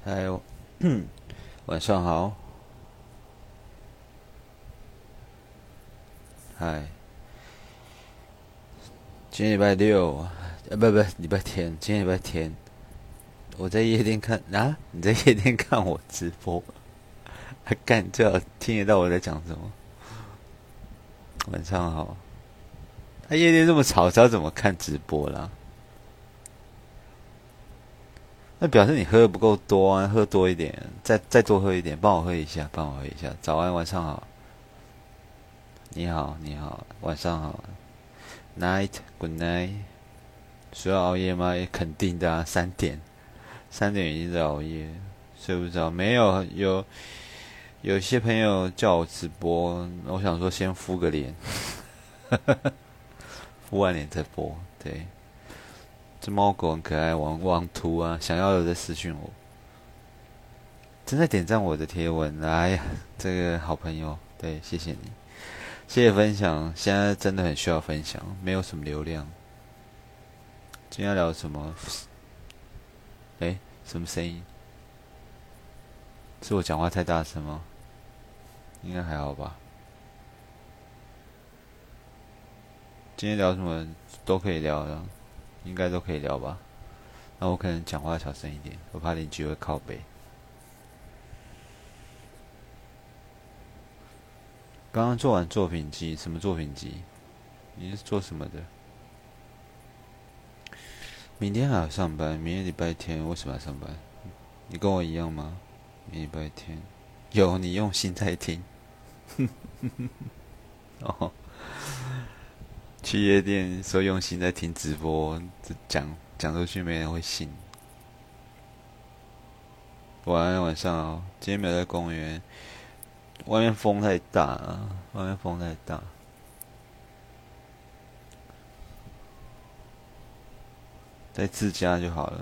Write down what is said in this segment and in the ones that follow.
还有，晚上好，嗨，今天礼拜六，不，礼拜天，今天礼拜天，我在夜店看啊，你在夜店看我直播，还干，最好听得到我在讲什么。晚上好，他夜店这么吵，知道怎么看直播啦？那表示你喝的不够多啊，喝多一点，再多喝一点，帮我喝一下，帮我喝一下。早安，晚上好，你好，你好，晚上好，night，good night。需要熬夜吗？也肯定的啊，3点已经在熬夜，睡不着。没有，有些朋友叫我直播，我想说先敷个脸，敷完脸再播。对，这猫狗很可爱，网图啊，想要的再私讯我。正在点赞我的贴文，哎呀，这个好朋友，对，谢谢你，谢谢分享。现在真的很需要分享，没有什么流量。今天要聊什么？什么声音？是我讲话太大声吗？应该还好吧。今天聊什么都可以聊的，应该都可以聊吧。那我可能讲话小声一点，我怕邻居会靠北。刚刚做完作品集，什么作品集？你是做什么的？明天还要上班，明天礼拜天为什么要上班？你跟我一样吗？明天礼拜天，有你用心在听。哦，去夜店说用心在听直播，讲出去没人会信。晚安，晚上好。今天没有在公园，外面风太大了，外面风太大。在自家就好了。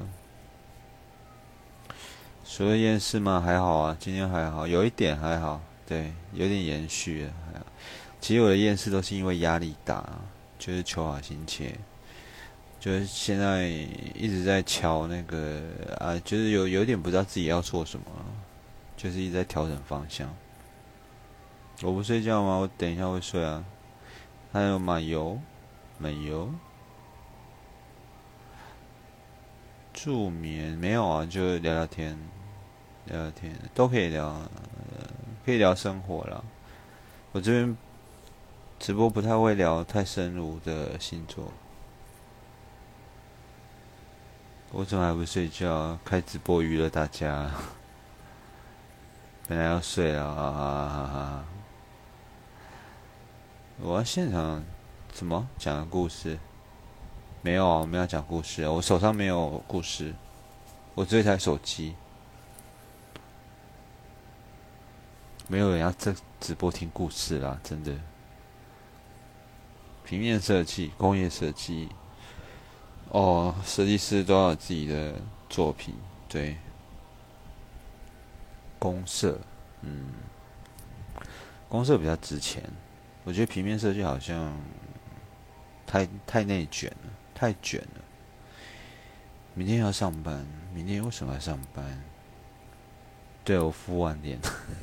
除了厌世吗？还好啊，今天还好，有一点还好，对，有点延续了，还好。其实我的厌世都是因为压力大，就是求好心切，就是现在一直在敲那个啊，就是有点不知道自己要做什么，就是一直在调整方向。我不睡觉吗？我等一下会睡啊。还有马油助眠没有啊，就聊聊天，聊聊天都可以聊，可以聊生活啦。我这边直播不太会聊太深入的星座。我怎么还不睡觉？开直播娱乐大家。本来要睡了啊！我要现场怎么讲个故事？没有啊，我们要讲故事啊。我手上没有故事，我这台手机没有人要这直播听故事啦，真的。平面设计、工业设计，哦，设计师都要有自己的作品，对。公社，公社比较值钱。我觉得平面设计好像太内卷了，太卷了。明天要上班，明天为什么要上班？对，我敷完脸，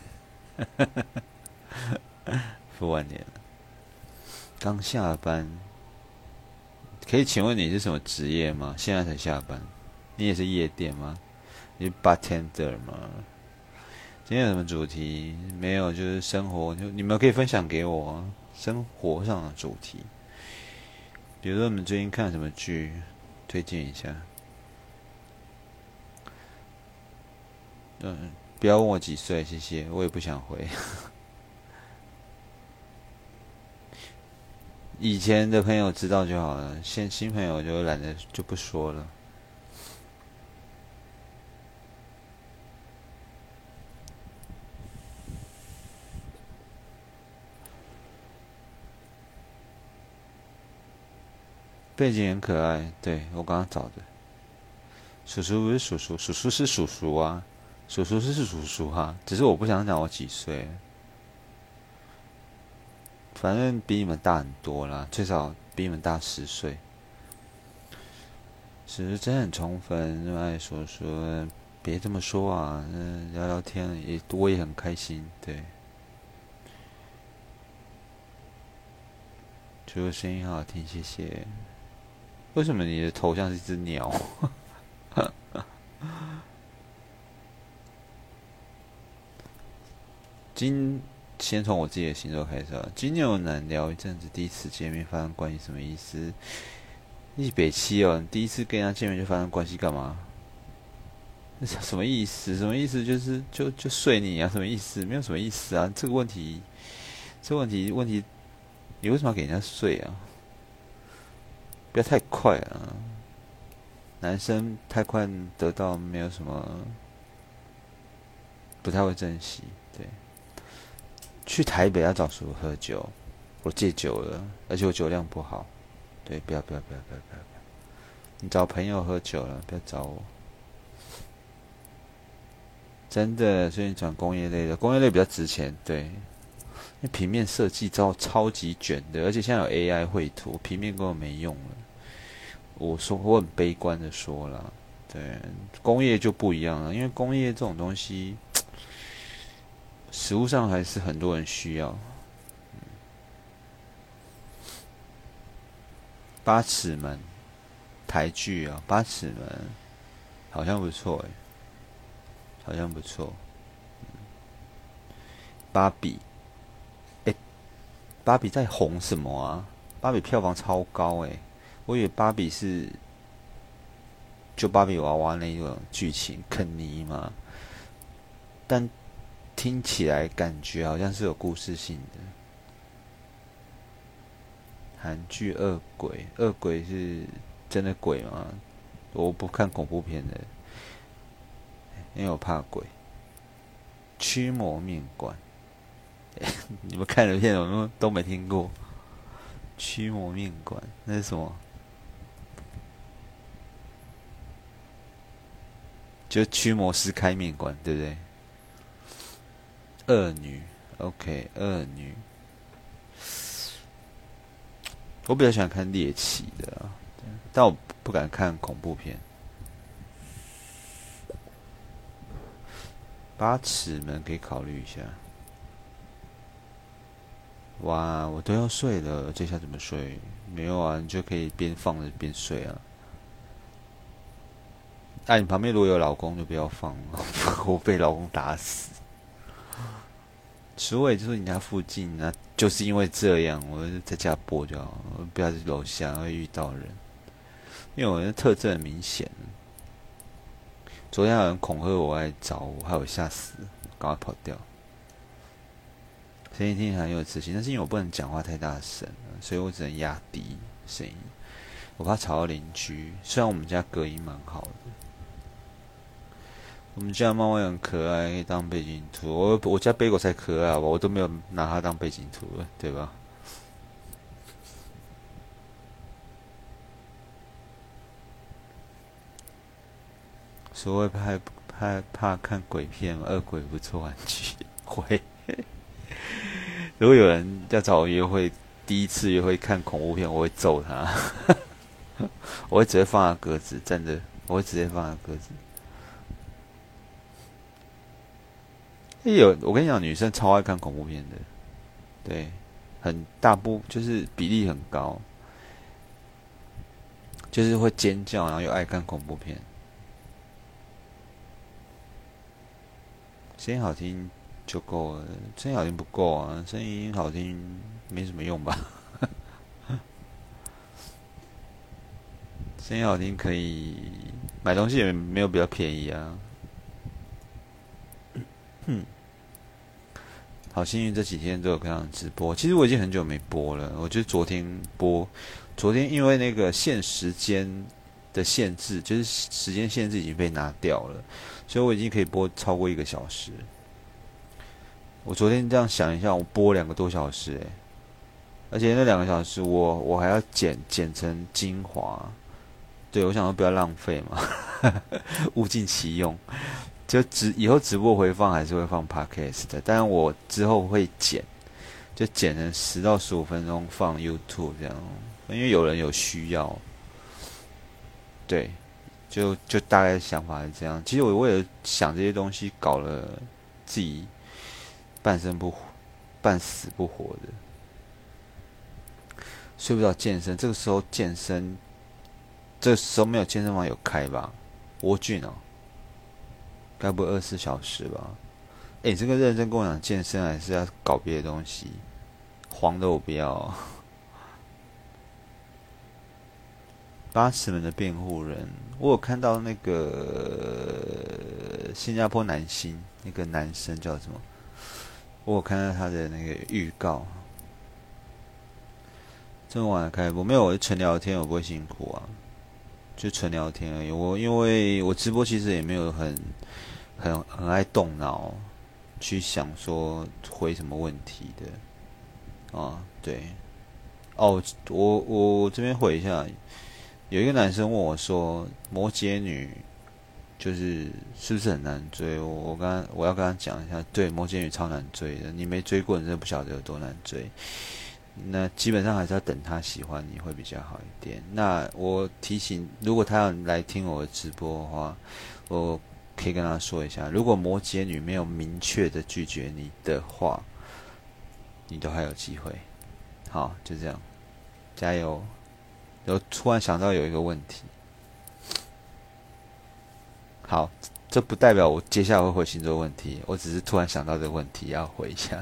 敷完脸了，刚下班。可以请问你是什么职业吗？现在才下班，你也是夜店吗？你是 bartender 吗？今天有什么主题？没有，就是生活，就你们可以分享给我啊，生活上的主题。比如说你们最近看什么剧，推荐一下。不要问我几岁，谢谢，我也不想回。以前的朋友知道就好了，新朋友就懒得就不说了。背景很可爱，对，我刚刚找的。叔叔不是叔叔，叔叔是叔叔啊，叔叔是叔叔哈、只是我不想讲我几岁，反正比你们大很多啦，最少比你们大10岁。其实真的很充分，热爱说说， 别这么说啊，聊聊天我也很开心，对。觉得声音好听，谢谢。为什么你的头像是一只鸟？先从我自己的星座开始啊。金牛男聊一阵子，第一次见面发生关系什么意思？一北七哦，你第一次跟人家见面就发生关系干嘛？那什么意思？什么意思？就睡你啊？什么意思？没有什么意思啊。这个问题，你为什么要给人家睡啊？不要太快啊！男生太快得到没有什么，不太会珍惜。对，去台北要找叔喝酒，我戒酒了，而且我酒量不好。对，不要！你找朋友喝酒了，不要找我。真的，所以你转工业类的，工业类比较值钱。对，因为平面设计超级卷的，而且现在有 AI 绘图，平面根本没用了。我很悲观的说啦，对，工业就不一样了，因为工业这种东西，实物上还是很多人需要。八尺门台剧啊，八尺门好像不错诶，好像不错。芭比，芭比在红什么啊？芭比票房超高诶，我以为芭比是就芭比娃娃那种剧情，肯尼嘛，但听起来感觉好像是有故事性的。韩剧《恶鬼》，恶鬼是真的鬼吗？我不看恐怖片的，因为我怕鬼。驱魔面馆，你们看的片我都没听过。驱魔面馆那是什么？就驱魔师开面馆，对不对？恶女 ，OK，恶女。我比较喜欢看猎奇的啊，但我不敢看恐怖片。八尺门可以考虑一下。哇，我都要睡了，这下怎么睡？没有啊，你就可以边放着边睡啊。你旁边如果有老公就不要放了，我被老公打死。所以就是你家附近啊，就是因为这样，我就在家播就好，不要在楼下会遇到人，因为我的特征很明显。昨天有人恐吓我来找我，害我吓死，赶快跑掉。声音听起来很有磁性，但是因为我不能讲话太大声了，所以我只能压低声音，我怕吵到邻居。虽然我们家隔音蛮好的，我们家猫也很可爱，可以当背景图。我家贝狗才可爱好吧，我都没有拿它当背景图了，对吧？所谓怕看鬼片，恶鬼不错玩具会。如果有人要找我约会，第一次约会看恐怖片，我会揍他，我会直接放他鸽子，真的，我会直接放他鸽子。我跟你讲，女生超爱看恐怖片的，对，很大就是比例很高，就是会尖叫，然后又爱看恐怖片。声音好听就够了，声音好听不够啊，声音好听没什么用吧？声音好听可以买东西也没有比较便宜啊。好幸运这几天都有看到直播，其实我已经很久没播了，我就昨天播，昨天因为那个限时间的限制，就是时间限制已经被拿掉了，所以我已经可以播超过1个小时。我昨天这样想一下，我播2个多小时，而且那2个小时我还要剪成精华，对，我想说不要浪费嘛，物尽其用。就以后直播回放还是会放 podcast 的，但是我之后会剪，就剪成10到15分钟放 YouTube 这样，因为有人有需要。对， 就大概想法是这样。其实我为了想这些东西，搞了自己半死不活的，睡不着健身。这个时候健身，这个时候没有健身房有开吧？蜗苣哦，该不会24小时吧？哎，这个认真跟我讲健身，还是要搞别的东西？黄的我不要哦。八尺门的辩护人，我有看到那个新加坡男星，那个男生叫什么？我有看到他的那个预告。这么晚开播没有？我是纯聊天，我不会辛苦啊，就纯聊天而已。因为我直播其实也没有很爱动脑去想说回什么问题的啊。对，哦，我这边回一下，有一个男生问我说，摩羯女是不是很难追？我要跟他讲一下，对，摩羯女超难追的，你没追过，你真的不晓得有多难追。那基本上还是要等他喜欢你会比较好一点。那我提醒，如果他要来听我的直播的话，我可以跟他说一下，如果摩羯女没有明确的拒绝你的话，你都还有机会。好，就这样，加油！我突然想到有一个问题，好，这不代表我接下来会回星座问题，我只是突然想到这个问题要回一下。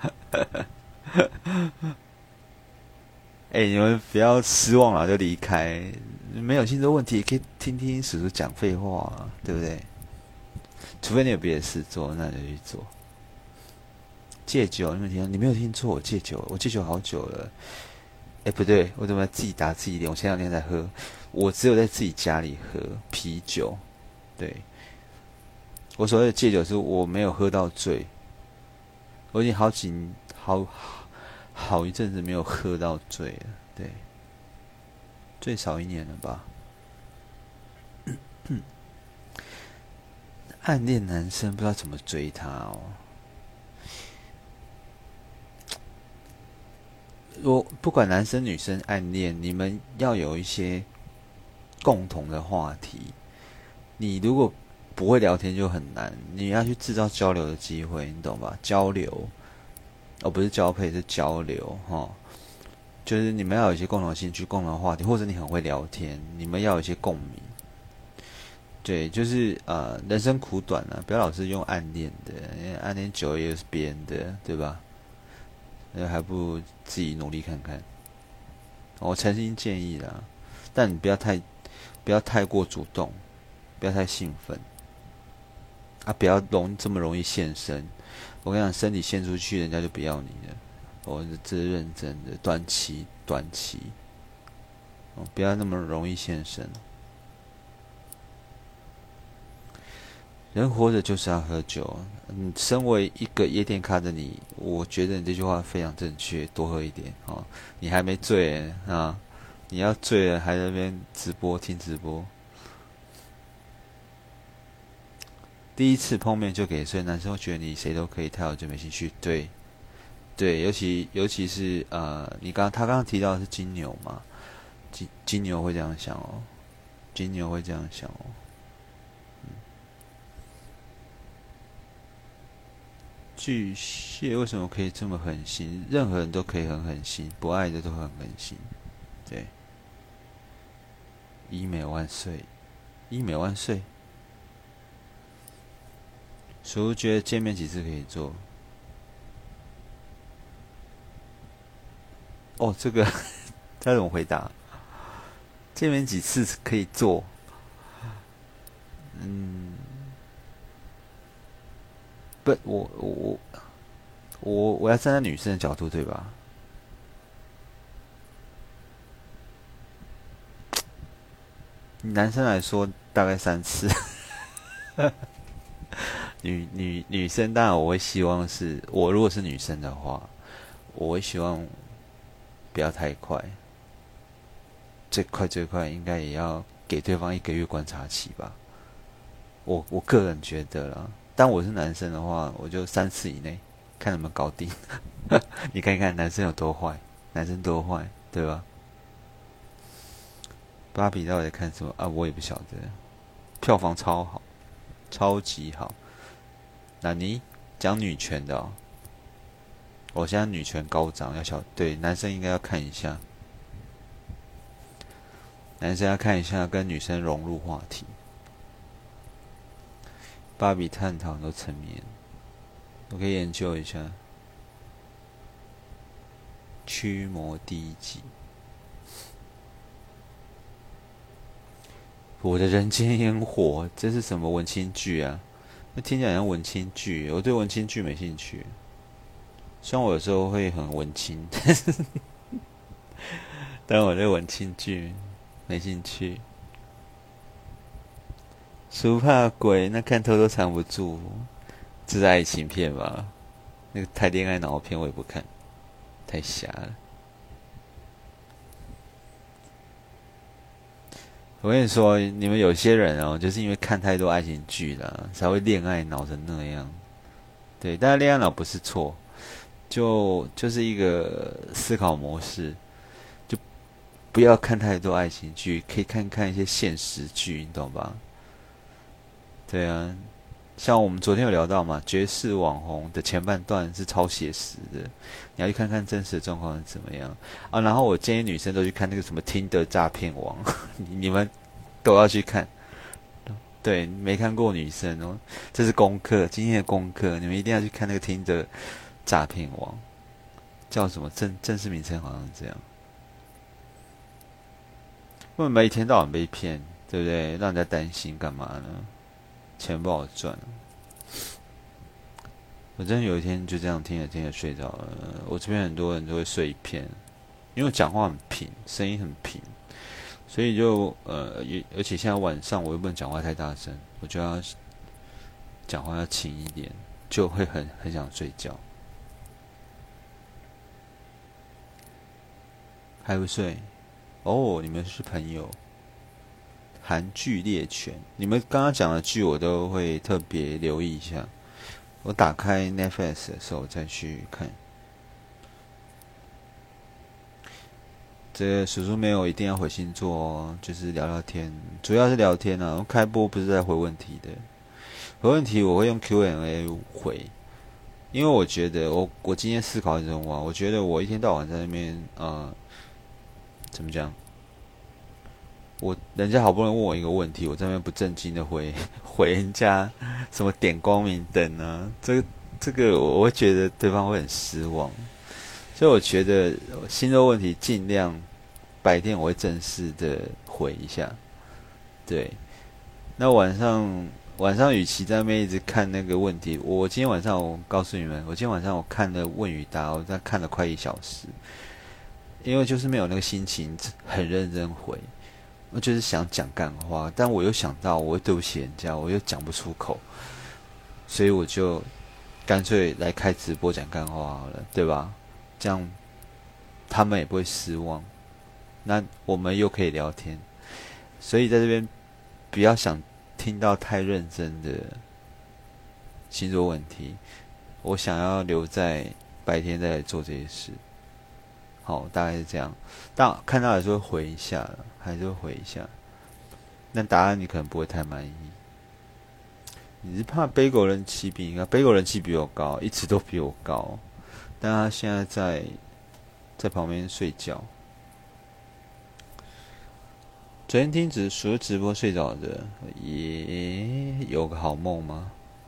你们不要失望了就离开，没有星座问题也可以听听叔叔讲废话啊，对不对？除非你有别的事做，那你就去做。戒酒，你没有听错，我戒酒好久了。不对，我怎么自己打自己脸？我前2天才喝，我只有在自己家里喝啤酒。对，我所谓的戒酒是我没有喝到醉，我已经好一阵子没有喝到醉了。对，最少1年了吧。暗恋男生不知道怎么追他哦。我不管男生女生暗恋，你们要有一些共同的话题。你如果不会聊天就很难，你要去制造交流的机会，你懂吧？交流，不是交配，是交流哈。就是你们要有一些共同兴趣、共同话题，或者你很会聊天，你们要有一些共鸣。对，就是人生苦短啊，不要老是用暗恋的，因为暗恋久了也是别人的，对吧？那还不如自己努力看看。我诚心建议啦，但你不要太过主动，不要太兴奋啊，不要这么容易现身。我跟你讲，身体献出去，人家就不要你了。这是认真的，短期，不要那么容易现身。人活着就是要喝酒。身为一个夜店咖的你，我觉得你这句话非常正确，多喝一点哦。你还没醉啊？你要醉了还在那边听直播。第一次碰面就给睡，男生会觉得你谁都可以，太有就没兴趣。对，尤其是他刚刚提到的是金牛嘛，金牛会这样想哦，金牛会这样想哦。巨蟹为什么可以这么狠心？任何人都可以很狠心，不爱的都很狠心。对，医美万岁，医美万岁。叔觉得见面几次可以做？这个他怎么回答？见面几次可以做？不，我要站在女生的角度，对吧？男生来说大概3次。女生当然我会希望是，我如果是女生的话，我会希望不要太快，最快应该也要给对方1个月观察期吧。我个人觉得啦，当我是男生的话，我就3次以内，看能不能搞定。你看看男生有多坏，男生多坏，对吧？芭比到底在看什么啊？我也不晓得。 票房超好，超级好。那你讲女权的哦，我现在女权高涨，对男生应该要看一下，男生要看一下跟女生融入话题。芭比探讨很多层面，我可以研究一下。驱魔第一季，我的人间烟火，这是什么文青剧啊？那听起来像文青剧，我对文青剧没兴趣。虽然我有时候会很文青，但我对文青剧没兴趣。书怕鬼，那看偷都藏不住，这是爱情片吧？那个太恋爱脑片我也不看，太瞎了。我跟你说，你们有些人哦，就是因为看太多爱情剧了，才会恋爱脑成那样。对，但是恋爱脑不是错，就是一个思考模式，就不要看太多爱情剧，可以看看一些现实剧，你懂吧？对啊，像我们昨天有聊到嘛，绝世网红的前半段是超写实的，你要去看看真实的状况是怎么样啊。然后我建议女生都去看那个什么Tinder诈骗王，你们都要去看。对，没看过女生哦，这是功课，今天的功课，你们一定要去看那个Tinder诈骗王，叫什么正式名称好像是这样。为什么一天到晚被骗，对不对？让人家担心干嘛呢？钱不好赚。我真的有一天就这样听着睡着了。我这边很多人都会睡一片，因为我讲话很平，声音很平，所以而且现在晚上我又不能讲话太大声，我就要讲话要轻一点，就会很想睡觉。还不睡？哦，你们是朋友。韩剧猎犬，你们刚刚讲的剧我都会特别留意一下。我打开 Netflix 的时候再去看。这个叔叔没有一定要回星座哦，就是聊聊天，主要是聊天啊。开播不是在回问题的，回问题我会用 Q&A 回，因为我觉得我今天思考一种话，我觉得我一天到晚在那边怎么讲？人家好不容易问我一个问题，我在那边不正经的回人家什么点光明灯啊，这个我会觉得对方会很失望，所以我觉得星座问题尽量白天我会正式的回一下，对，那晚上与其在那边一直看那个问题，我今天晚上我告诉你们，我今天晚上我看了问与答，我在看了快1小时，因为就是没有那个心情很认真回。我就是想讲干话，但我又想到我会对不起人家，我又讲不出口，所以我就干脆来开直播讲干话好了，对吧？这样他们也不会失望，那我们又可以聊天，所以在这边不要想听到太认真的星座问题，我想要留在白天再来做这些事。好，大概是这样。但看到还是会回一下了，还是会回一下。那答案你可能不会太满意。你是怕贝狗人气贝狗人气比我高，一直都比我高，但他现在在旁边睡觉。昨天听直播睡着的，也有个好梦吗？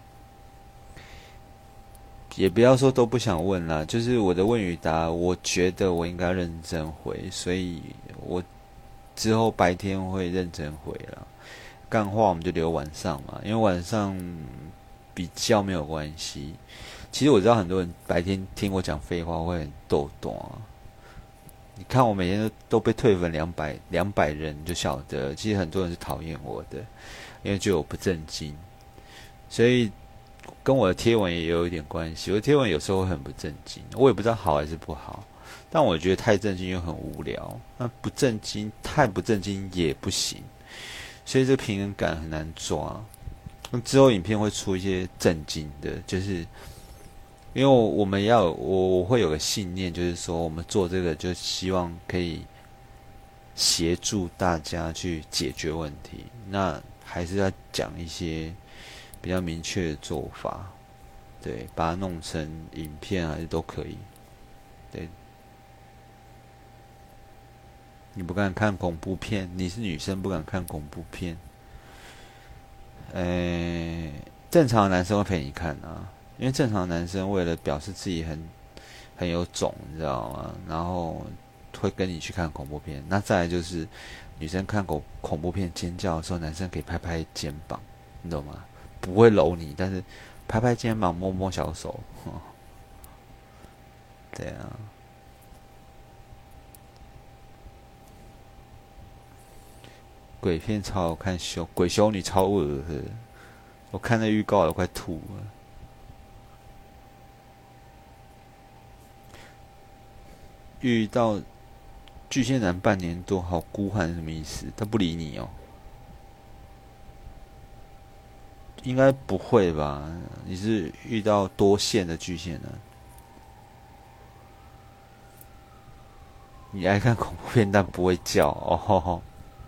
也不要说都不想问啦，就是我的问与答，我觉得我应该认真回，所以我之后白天会认真回啦。干话我们就留晚上嘛，因为晚上比较没有关系。其实我知道很多人白天听我讲废话会很逗懂啊。你看我每天都被退粉200人，你就晓得，其实很多人是讨厌我的，因为觉得我不正经，所以。跟我的贴文也有一点关系，我的贴文有时候会很不正经，我也不知道好还是不好，但我觉得太正经又很无聊，那不正经太不正经也不行，所以这平衡感很难抓。之后影片会出一些正经的，就是因为我会有个信念，就是说我们做这个就希望可以协助大家去解决问题，那还是要讲一些比较明确的做法，对，把它弄成影片还是都可以。对，你不敢看恐怖片，你是女生不敢看恐怖片，正常的男生会陪你看啊，因为正常的男生为了表示自己很有种，你知道吗？然后会跟你去看恐怖片。那再来就是女生看恐怖片尖叫的时候，男生可以拍拍肩膀，你懂吗？不会搂你，但是拍拍肩膀，摸摸小手，对啊。鬼片超好看，鬼修女超恶的，我看那预告都快吐了。遇到巨蟹男半年多，好孤寒什么意思？他不理你哦？应该不会吧？你是遇到多线的巨蟹男？你爱看恐怖片但不会叫哦，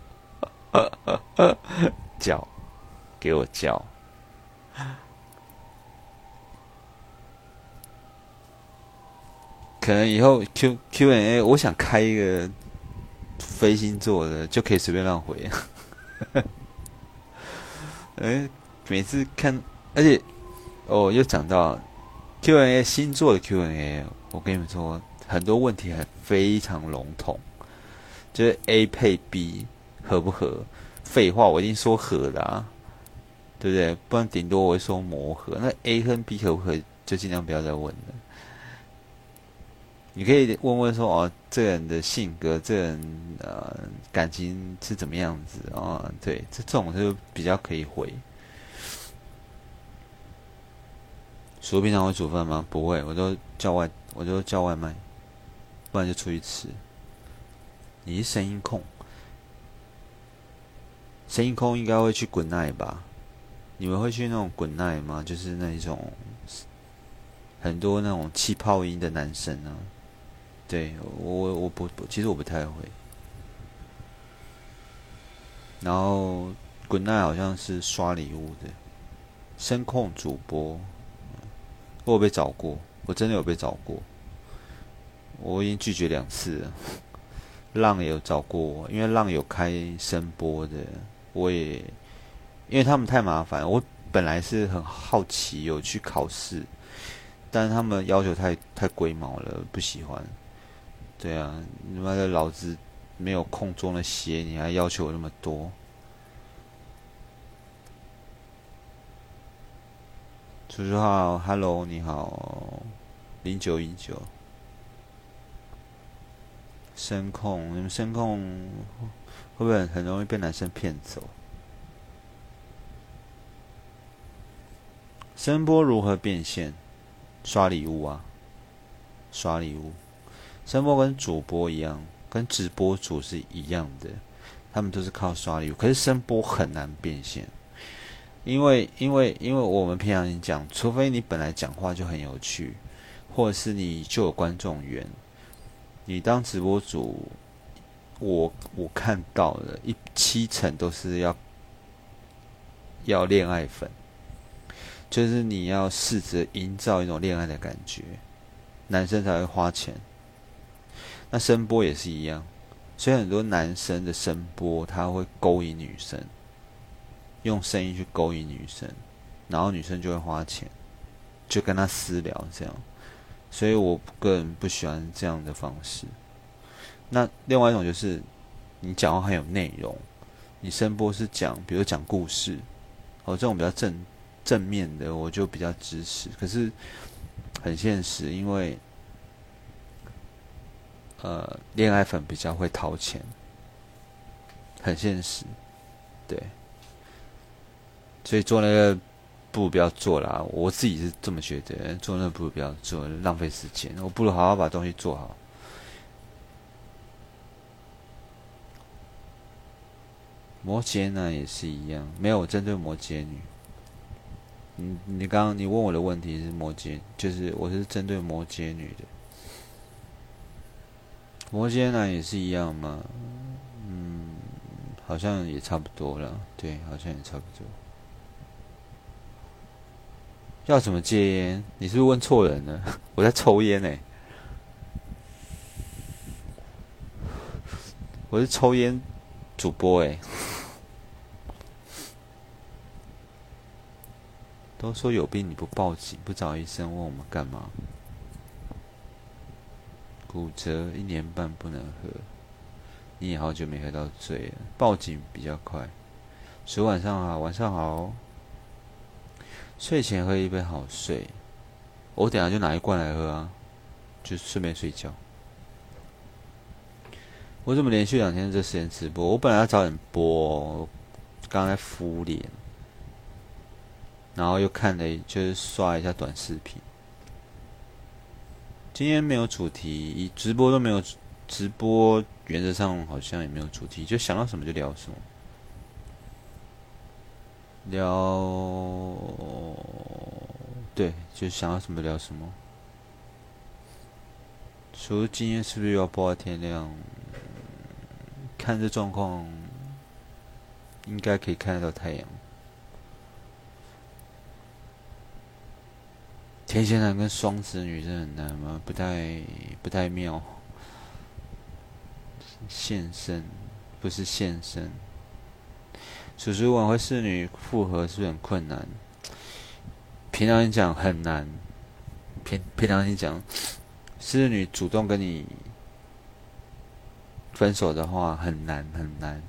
叫，给我叫。可能以后 Q&A， 我想开一个非星座的，就可以随便乱回。每次看，而且又讲到 Q&A 星座的 Q&A， 我跟你们说，很多问题还非常笼统，就是 A 配 B 合不合？废话，我已经说合了啊，对不对？不然顶多我会说磨合。那 A 跟 B 合不合，就尽量不要再问了。你可以问问说哦，这个人的性格，这个人感情是怎么样子啊？对，这种就比较可以回。叔平常会煮饭吗？不会，我都叫外卖，不然就出去吃。你是声音控，声音控应该会去滚奈吧？你们会去那种滚奈吗？就是那种很多那种气泡音的男生啊。对我不，其实我不太会。然后滚奈好像是刷礼物的，声控主播，我有被找过，我真的有被找过，我已经拒绝2次了。浪也有找过我，因为浪有开声波的，我也因为他们太麻烦，我本来是很好奇有去考试，但是他们要求太龟毛了，不喜欢。对啊，他妈的老子没有空做那些，你还要求我那么多。叔叔好，Hello，你好，0919。声控，你们声控会不会很容易被男生骗走？声波如何变现？刷礼物啊，刷礼物。声波跟主播一样，跟直播主是一样的，他们都是靠刷礼物。可是声波很难变现，因为我们平常讲，除非你本来讲话就很有趣，或者是你就有观众缘。你当直播主，我看到的70%都是要恋爱粉，就是你要试着营造一种恋爱的感觉，男生才会花钱。那声波也是一样，所以很多男生的声波他会勾引女生，用声音去勾引女生，然后女生就会花钱，就跟他私聊这样。所以我个人不喜欢这样的方式。那另外一种就是你讲话很有内容，你声波是比如讲故事，这种比较正面的，我就比较支持。可是很现实，因为恋爱粉比较会掏钱，很现实，对，所以做那个不要做啦。我自己是这么觉得，做那个不要做，浪费时间。我不如好好把东西做好。摩羯男也是一样，没有针对摩羯女。你刚刚你问我的问题是摩羯，就是我是针对摩羯女的。摩羯男也是一样吗？ 好像也差不多了，对，好像也差不多。要怎么戒烟？你是不是问错人了？我在抽烟欸，我是抽烟主播欸。都说有病你不报警，不找医生，问我们干嘛？骨折1年半不能喝，你也好久没喝到醉了，报警比较快。昨晚上好，晚上好。睡前喝一杯好睡，我等下就拿一罐来喝啊，就顺便睡觉。我怎么连续2天这时间直播？我本来要早点播，刚刚在敷脸，然后又看了，就是刷一下短视频。今天没有主题，直播都没有直播，原则上好像也没有主题，就想到什么就聊什么。聊，对，就想到什么聊什么。除了今天是不是又要播到天亮？看这状况，应该可以看得到太阳。天蝎男跟双子女真的很难吗？不太妙。现身不是现身。叔叔晚会侍女复合是不是很困难？平常心讲很难。平常心讲，侍女主动跟你分手的话很难很难。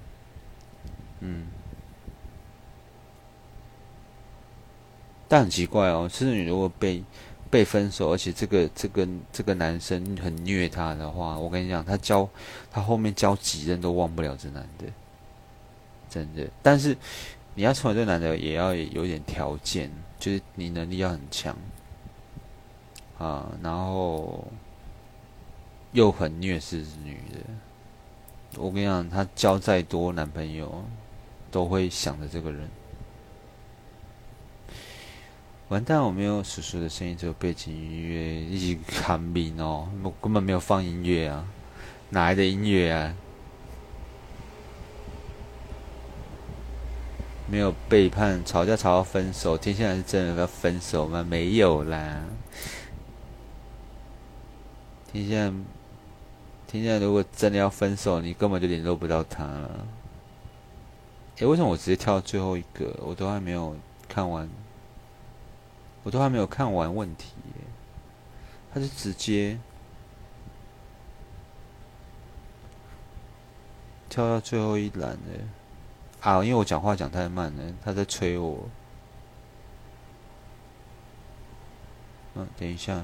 但很奇怪哦，侍女如果被分手，而且这个男生很虐她的话，我跟你讲，他后面交几任都忘不了这男的，真的。但是你要成为这男的，也要有点条件，就是你能力要很强啊，然后又很虐世女的。我跟你讲，他交再多男朋友，都会想着这个人。完蛋，我没有叔叔的声音，只有背景音乐，一起喊名哦，我根本没有放音乐啊，哪来的音乐啊？没有背叛，吵架吵到分手，天蝎男是真的要分手吗？没有啦，天蝎男如果真的要分手，你根本就联络不到他了。为什么我直接跳到最后一个？我都还没有看完问题耶，他是直接跳到最后一栏了啊！因为我讲话讲太慢了，他在催我。等一下，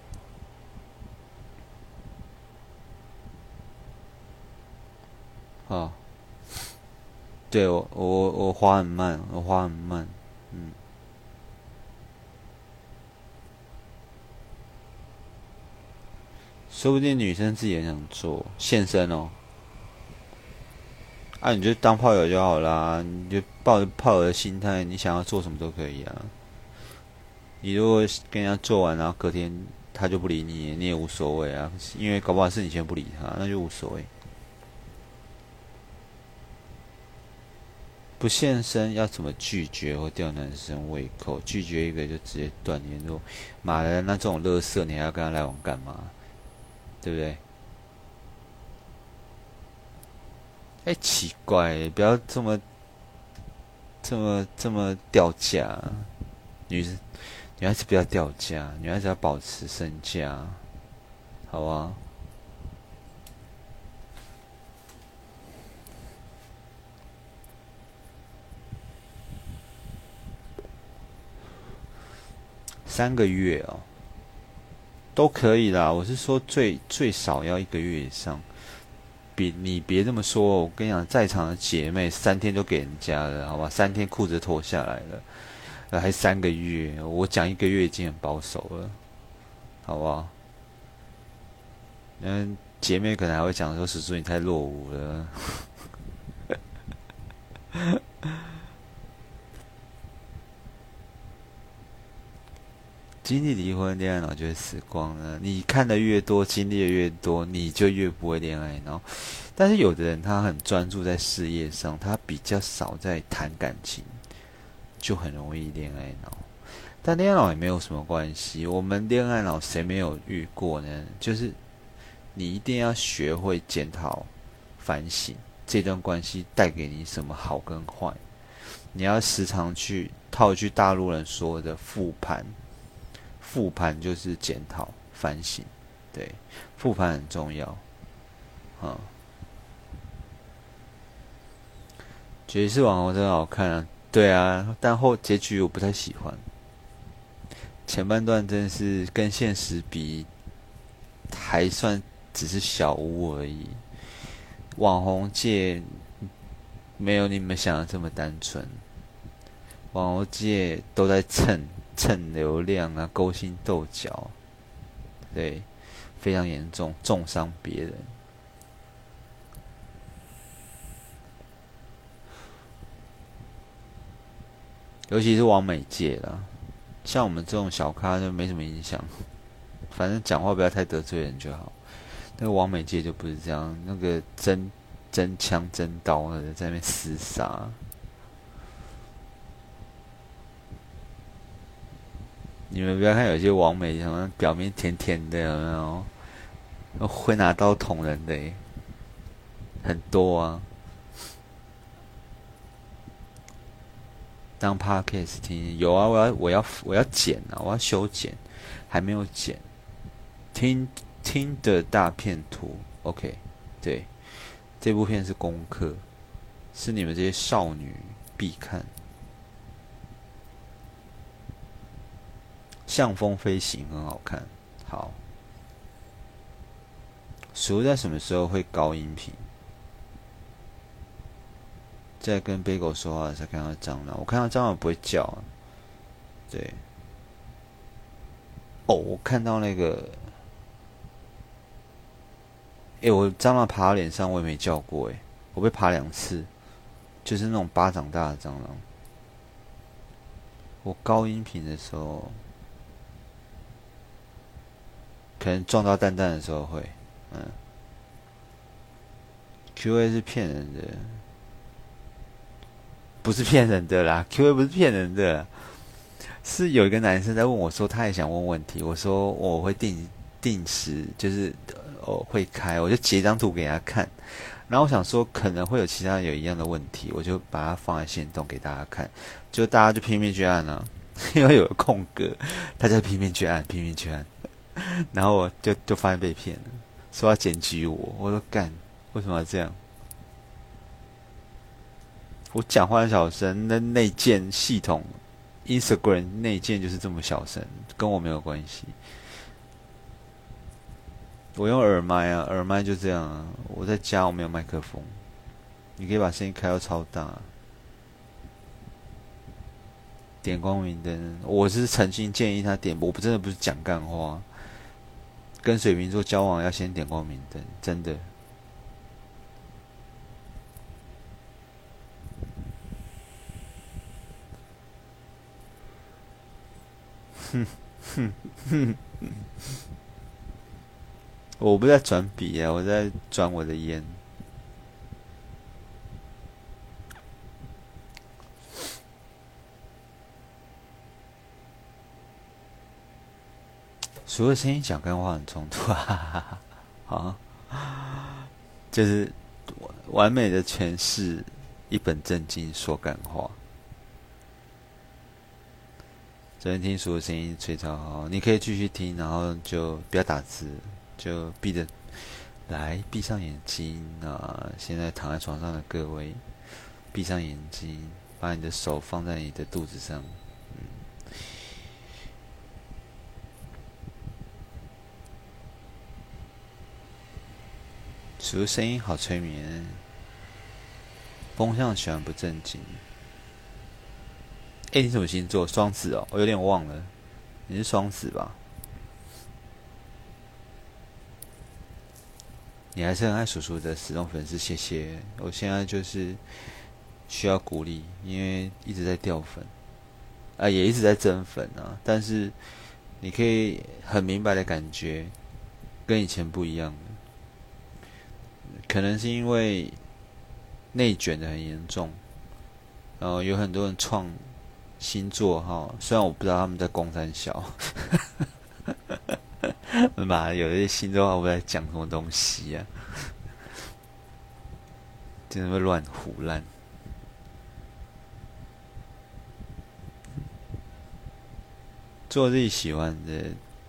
好，对我滑很慢，说不定女生自己也想做现身哦。你就当炮友就好啦，你就抱着炮友的心态，你想要做什么都可以啊。你如果跟人家做完，然后隔天他就不理你，你也无所谓啊，因为搞不好是你先不理他，那就无所谓。不现身要怎么拒绝或吊男生胃口？拒绝一个就直接断联络，妈的，那这种垃圾你还要跟他来往干嘛？对不对？奇怪，不要这么掉价，女孩子不要掉价，女孩子要保持身价，好吧？3个月哦，都可以啦。我是说最少要1个月以上。你别这么说，我跟你讲，在场的姐妹3天都给人家了，好吧？3天裤子脱下来了，还3个月，我讲1个月已经很保守了，好不好？姐妹可能还会讲说：“叔叔你太落伍了。” 经历离婚，恋爱脑就会死光了。你看的越多，经历的越多，你就越不会恋爱脑。但是有的人他很专注在事业上，他比较少在谈感情，就很容易恋爱脑。但恋爱脑也没有什么关系，我们恋爱脑谁没有遇过呢？就是你一定要学会检讨、反省这段关系带给你什么好跟坏。你要时常去套一句大陆人说的复盘，复盘就是检讨、反省，对，复盘很重要。爵士网红真的好看啊，对啊，但后结局我不太喜欢。前半段真的是跟现实比，还算只是小巫而已。网红界没有你们想的这么单纯，网红界都在蹭流量啊，勾心斗角，对，非常严重，重伤别人。尤其是网美界啦，像我们这种小咖就没什么影响，反正讲话不要太得罪人就好。那个网美界就不是这样，那个真枪真刀的在那边厮杀。你们不要看有些网美，好像表面甜甜的，有没有？会拿刀捅人的耶，很多啊。当 podcast 听有啊，我要剪啊，我要修剪，还没有剪。听的大片图 ，OK， 对，这部片是功课，是你们这些少女必看。向风飞行很好看，好。鼠在什么时候会高音频？在跟贝狗说话才看到蟑螂，我看到蟑螂不会叫啊。对，哦，我看到那个，我蟑螂爬到脸上，我也没叫过，我被爬2次，就是那种巴掌大的蟑螂。我高音频的时候，可能撞到蛋蛋的时候会，QA 是骗人的，不是骗人的啦，QA 不是骗人的啦，是有一个男生在问我说，他也想问问题，我说我会定时，就是会开，我就截张图给他看，然后我想说可能会有其他人有一样的问题，我就把它放在线动给大家看，就大家就拼命去按啊，因为有个空格，大家拼命去按，然后我就发现被骗了，说要检举我，我说干，为什么要这样？我讲话很小声，那内建系统 Instagram 内建就是这么小声，跟我没有关系。我用耳麦啊，耳麦就这样啊。我在家我没有麦克风，你可以把声音开到超大。点光明灯，我是诚心建议他点，我真的不是讲干话。跟水瓶座交往要先点光明灯，真的。我不在转笔啊，我在转我的烟。除了声音讲干话很冲突啊，就是完美的诠释一本正经说干话。昨天听书的声音吹超好，你可以继续听，然后就不要打字，就闭上眼睛啊！现在躺在床上的各位，闭上眼睛，把你的手放在你的肚子上，数的声音好催眠。风向喜欢不正经。你什么星座？双子哦，我有点忘了，你是双子吧？你还是很爱叔叔的死忠粉丝，谢谢。我现在就是需要鼓励，因为一直在掉粉，也一直在增粉啊。但是你可以很明白的感觉跟以前不一样了。可能是因为内卷的很严重，然后有很多人创星座哈，虽然我不知道他们在攻三小，妈的，有些星座我在讲什么东西啊？真的会乱胡乱。做自己喜欢的，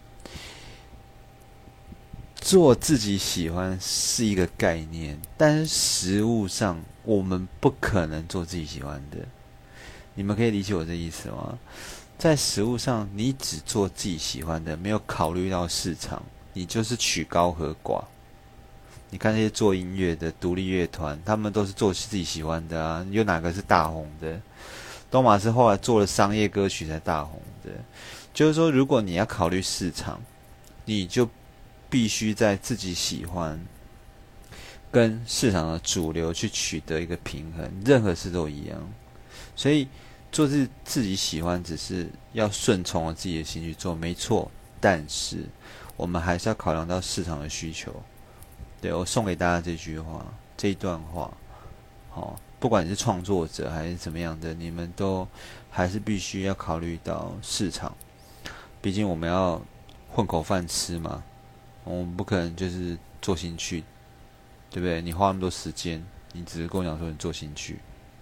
做自己喜欢是一个概念，但是实物上我们不可能做自己喜欢的。你们可以理解我这意思吗？在实物上，你只做自己喜欢的，没有考虑到市场，你就是曲高和寡。你看那些做音乐的独立乐团，他们都是做自己喜欢的啊，有哪个是大红的？东马是后来做了商业歌曲才大红的。就是说，如果你要考虑市场，你就必须在自己喜欢跟市场的主流去取得一个平衡，任何事都一样。所以做自己喜欢，只是要顺从了自己的心去做，没错。但是我们还是要考量到市场的需求。对，我送给大家这句话，这一段话，不管你是创作者还是怎么样的，你们都还是必须要考虑到市场。毕竟我们要混口饭吃嘛，我们不可能就是做兴趣，对不对？你花那么多时间，你只是跟我讲说你做兴趣。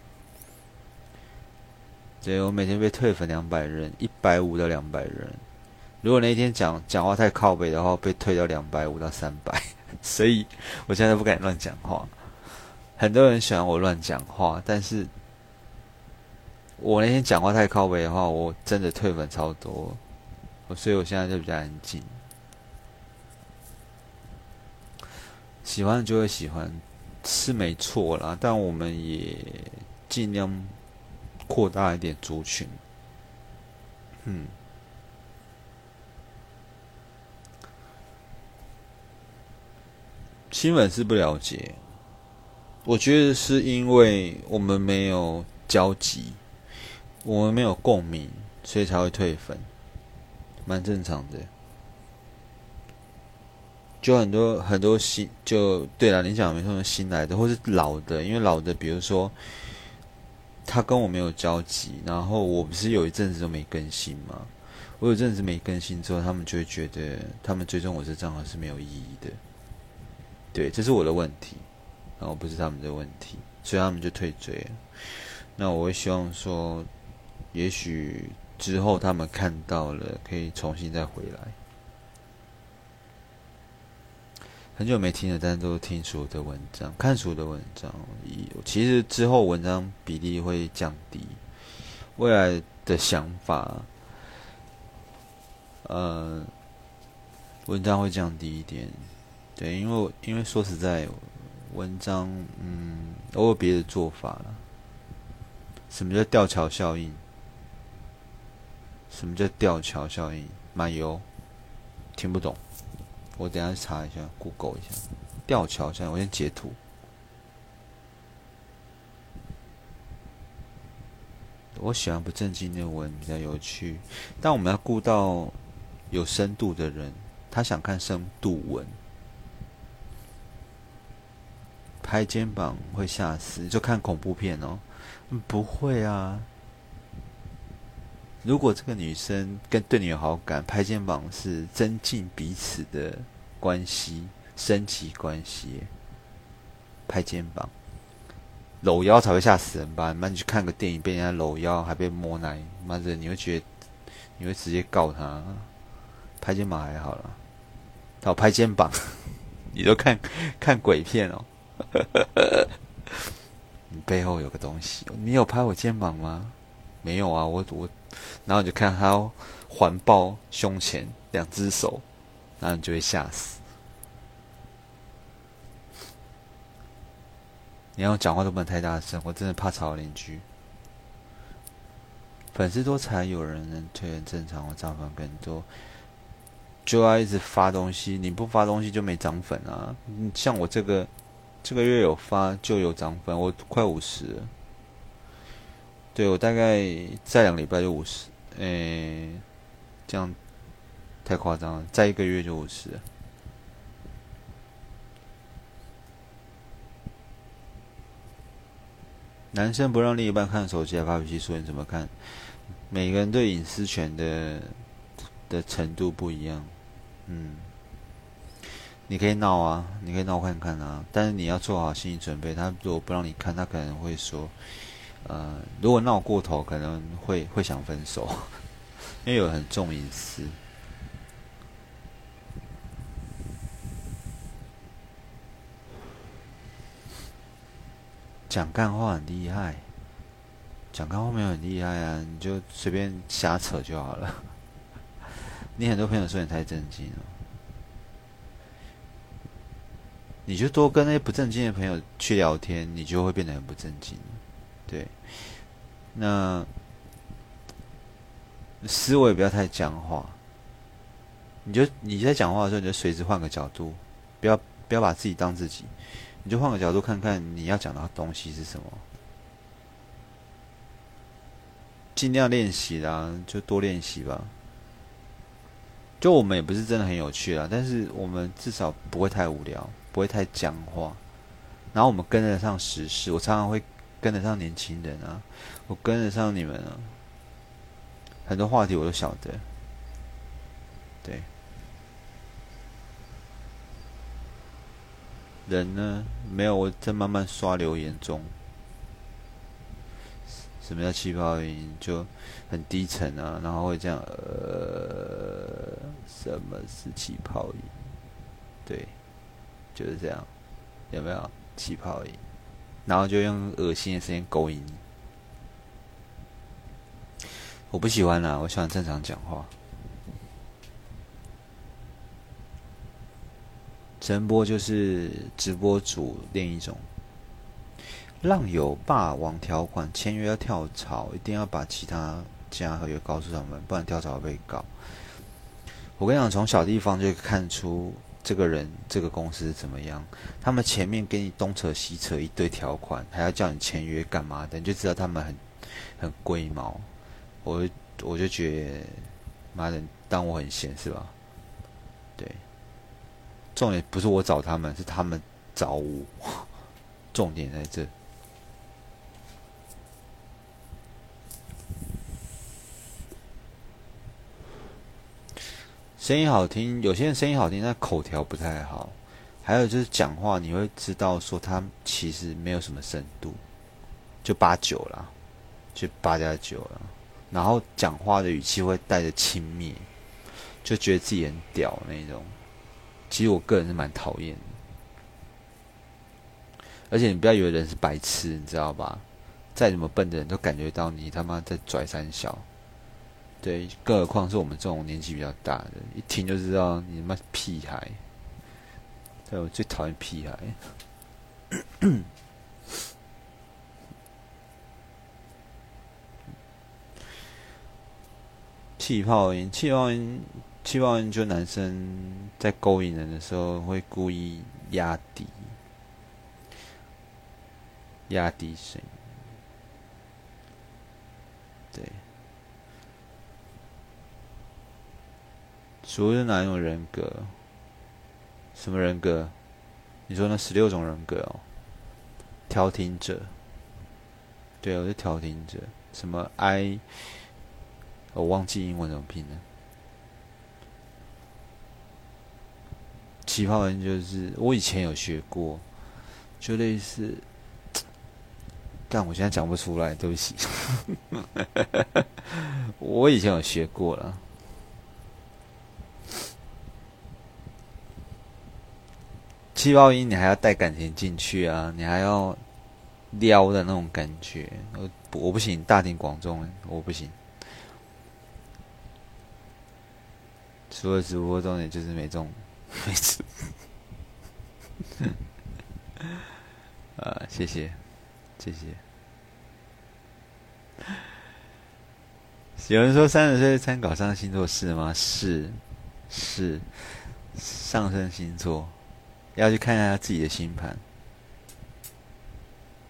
对，我每天被退粉200人，150到200人。如果那一天讲话太靠北的话，被退到250到300。所以我现在不敢乱讲话。很多人喜欢我乱讲话，但是我那天讲话太靠北的话，我真的退粉超多。所以我现在就比较安静。喜欢就会喜欢，是没错啦，但我们也尽量扩大一点族群。新粉丝不了解，我觉得是因为我们没有交集，我们没有共鸣，所以才会退粉，蛮正常的。就很多新，就对了，你讲的没错，新来的或是老的，因为老的，比如说他跟我没有交集，然后我不是有一阵子都没更新吗？我有阵子没更新之后，他们就会觉得他们追踪我这账号是没有意义的。对，这是我的问题，然后不是他们的问题，所以他们就退追了。那我会希望说，也许之后他们看到了，可以重新再回来。很久没听了，但都听所有的文章，看所有的文章。其实之后文章比例会降低，未来的想法，文章会降低一点。对，因为说实在，文章我有别的做法了。什么叫吊桥效应？什么叫吊桥效应？马油听不懂。我等一下查一下 ，Google 一下吊桥效应。我先截图。我喜欢不正经的文比较有趣，但我们要顾到有深度的人，他想看深度文。拍肩膀会吓死，就看恐怖片哦。不会啊。如果这个女生对你有好感，拍肩膀是增进彼此的关系，升级关系。拍肩膀，搂腰才会吓死人吧？你去看个电影，被人家搂腰还被摸奶，妈的，你会觉得你会直接告他。拍肩膀还好啦，拍肩膀，你都看鬼片哦。你背后有个东西，你有拍我肩膀吗？没有啊，我，然后你就看他环抱胸前2只手，然后你就会吓死。你要讲话都不能太大声，我真的怕吵到邻居。粉丝多才有人能推，很正常。我涨粉更多，就要一直发东西，你不发东西就没涨粉啊。像我这个月有发就有涨粉，我快50了。对，我大概再2个礼拜就50，这样太夸张了，再1个月就50了。男生不让另一半看手机还发脾气，说你怎么看？每个人对隐私权的程度不一样。你可以闹啊，你可以闹看看啊，但是你要做好心理准备。他如果不让你看，他可能会说，如果闹过头，可能会想分手，因为有很重隐私。讲干话很厉害，讲干话没有很厉害啊，你就随便瞎扯就好了。你很多朋友说你太正经了，你就多跟那些不正经的朋友去聊天，你就会变得很不正经。对，那思维不要太僵化，你在讲话的时候，你就随时换个角度，不要把自己当自己，你就换个角度看看你要讲的东西是什么，尽量练习啦，就多练习吧。就我们也不是真的很有趣啦，但是我们至少不会太无聊，不会太僵化。然后我们跟得上时事，我常常会跟得上年轻人啊，我跟得上你们啊，很多话题我都晓得。对，人呢没有，我在慢慢刷留言中。什么叫气泡音？就很低沉啊，然后会这样，什么是气泡音？对，就是这样，有没有气泡音？然后就用恶心的声音勾引你。我不喜欢啊，我喜欢正常讲话。直播就是直播主另一种。浪友霸王条款，签约要跳槽，一定要把其他家合约告诉他们，不然跳槽会被告。我跟你讲，从小地方就可以看出这个人、这个公司怎么样。他们前面给你东扯西扯一堆条款，还要叫你签约干嘛的，你就知道他们很龟毛。我就觉得，妈的，当我很闲是吧？对，重点不是我找他们，是他们找我，重点在这。声音好听，有些人声音好听，但口条不太好。还有就是讲话，你会知道说他其实没有什么深度，就8-9啦，就8+9啦。然后讲话的语气会带着轻蔑，就觉得自己很屌那种。其实我个人是蛮讨厌的，而且你不要以为人是白痴，你知道吧？再怎么笨的人都感觉到你他妈在拽三小。对，更何况是我们这种年纪比较大的，一听就知道你他妈屁孩。对，我最讨厌屁孩。气泡音，气泡音就男生在勾引人的时候会故意压低声音。对，属于是哪一种人格？什么人格？你说那16种人格哦？调停者。对，我是调停者。什么 I？我忘记英文怎么拼了。气泡音就是我以前有学过，就类似，但我现在讲不出来，对不起。我以前有学过了。气泡音你还要带感情进去啊，你还要撩的那种感觉。我不行，大庭广众我不行。除了直播重点就是没中，没中。谢谢，谢谢。有人说30岁参考上升星座是吗？是，上升星座要去看一下自己的星盘。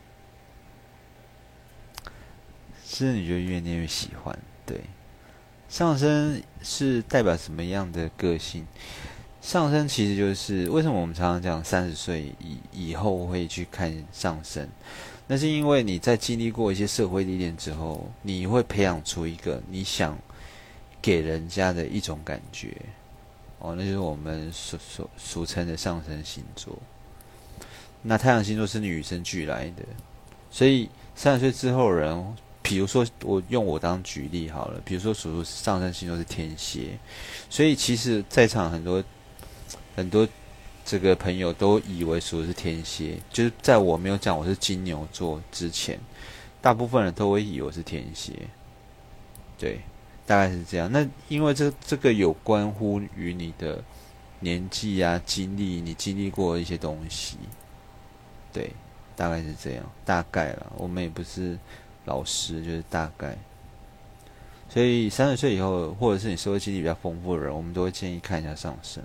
是你就越念越喜欢，对， 上升是代表什么样的个性？上升其实就是为什么我们常常讲30岁以后会去看上升，那是因为你在经历过一些社会历练之后，你会培养出一个你想给人家的一种感觉，那就是我们俗称的上升星座。那太阳星座是与生俱来的，所以30岁之后的人，比如说我用我当举例好了，比如说属上升星座是天蝎，所以其实在场很多这个朋友都以为属的是天蝎，就是在我没有讲我是金牛座之前，大部分人都会以为我是天蝎，对，大概是这样。那因为这个有关乎于你的年纪啊、经历，你经历过的一些东西，对，大概是这样，大概啦，我们也不是老师，就是大概。所以30岁以后，或者是你社会经历比较丰富的人，我们都会建议看一下上升。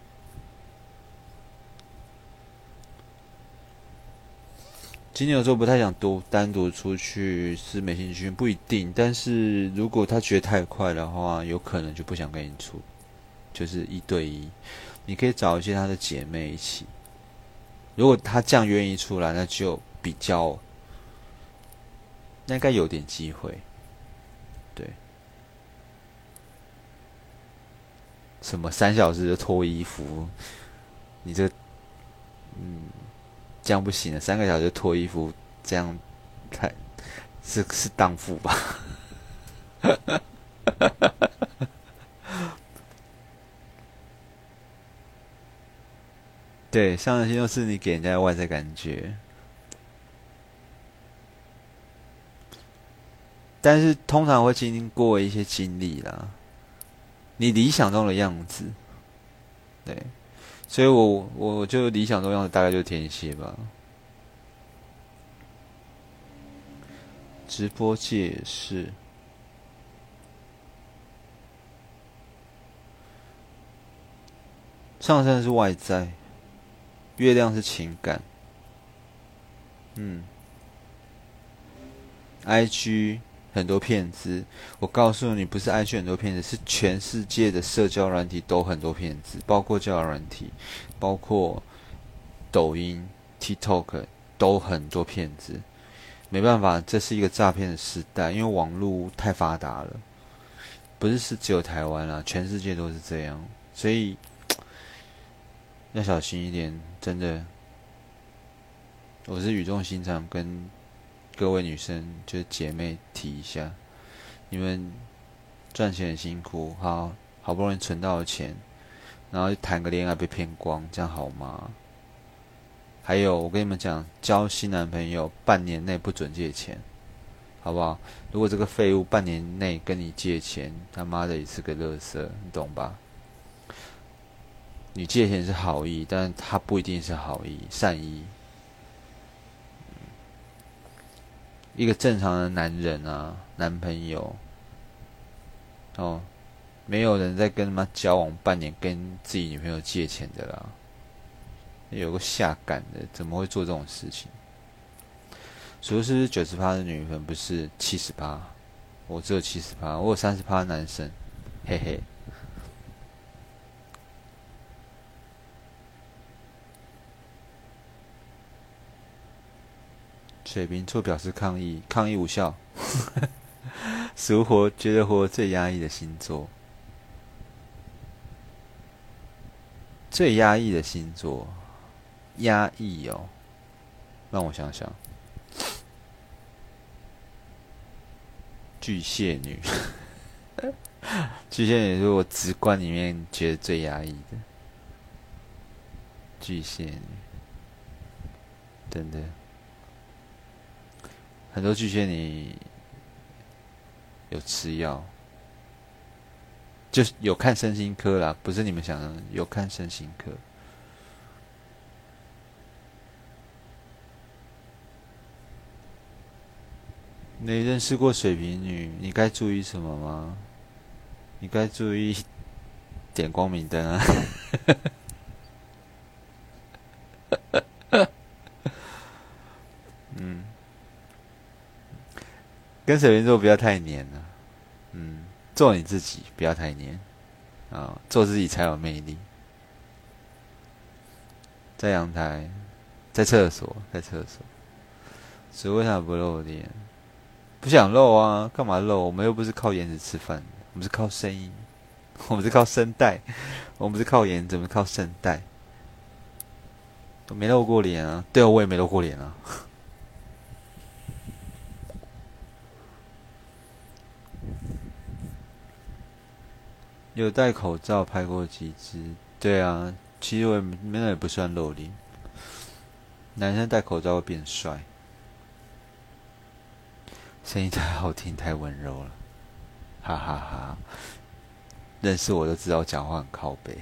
金牛座不太想单独出去是没兴趣，不一定。但是如果他觉得太快的话，有可能就不想跟你出，就是1对1。你可以找一些他的姐妹一起。如果他这样愿意出来，那就比较，那应该有点机会。对，什么3小时就脱衣服，你这样不行的，3个小时就脱衣服，这样是荡妇吧？对，上升星座是你给人家的外在感觉，但是通常会经过一些经历啦，你理想中的样子，对，所以我就理想中的样子大概就是天蝎吧。直播界也是，上升是外在，月亮是情感。IG 很多骗子，我告诉你，不是 IG 很多骗子，是全世界的社交软体都很多骗子，包括交友软体，包括抖音、TikTok 都很多骗子。没办法，这是一个诈骗的时代，因为网络太发达了，不是只有台湾啦，全世界都是这样，所以要小心一点，真的。我是语重心长跟各位女生，就是姐妹提一下，你们赚钱很辛苦，好不容易存到了钱，然后谈个恋爱被骗光，这样好吗？还有，我跟你们讲，交新男朋友半年内不准借钱，好不好？如果这个废物半年内跟你借钱，他妈的也是个垃圾，你懂吧？你借钱是好意，但他不一定是好意、善意。一个正常的男人啊，男朋友，没有人在跟他妈交往半年跟自己女朋友借钱的啦，有个下感的，怎么会做这种事情？属是90%的女生，不是70%，我只有70%，我有30%男生，嘿嘿。水瓶座表示抗议，抗议无效。属火觉得活最压抑的星座，最压抑的星座，压抑哦，让我想想，巨蟹女，巨蟹女是我直观里面觉得最压抑的，巨蟹女，真的，很多巨蟹女有吃药，就是有看身心科啦，不是你们想的，有看身心科。你认识过水瓶女？你该注意什么吗？你该注意点光明灯啊！跟水瓶座不要太黏了。 做你自己，不要太黏啊，做自己才有魅力。在阳台，在厕所，所以为啥不露脸？不想露啊，干嘛露？我们又不是靠颜值吃饭的，我们是靠声音，我们是靠声带，我们不是靠颜值，我们靠声带。我没露过脸啊，对啊，我也没露过脸啊。有戴口罩拍过几支？对啊，其实我那也不算露脸。男生戴口罩会变帅，声音太好听，太温柔了，哈哈哈。认识我都知道我讲话很靠北，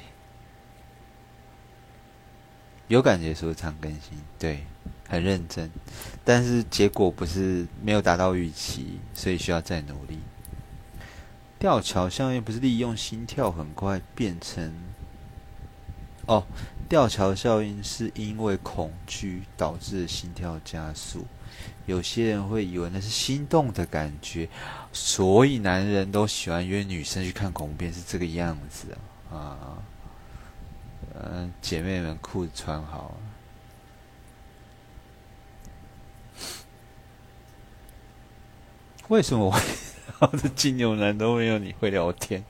有感觉说常更新，对，很认真，但是结果不是没有达到预期，所以需要再努力。吊桥效应不是利用心跳很快变成哦，吊桥效应是因为恐惧导致的心跳加速，有些人会以为那是心动的感觉，所以男人都喜欢约女生去看恐怖片是这个样子啊。姐妹们裤子穿好。为什么我聊的金牛男都没有你会聊天？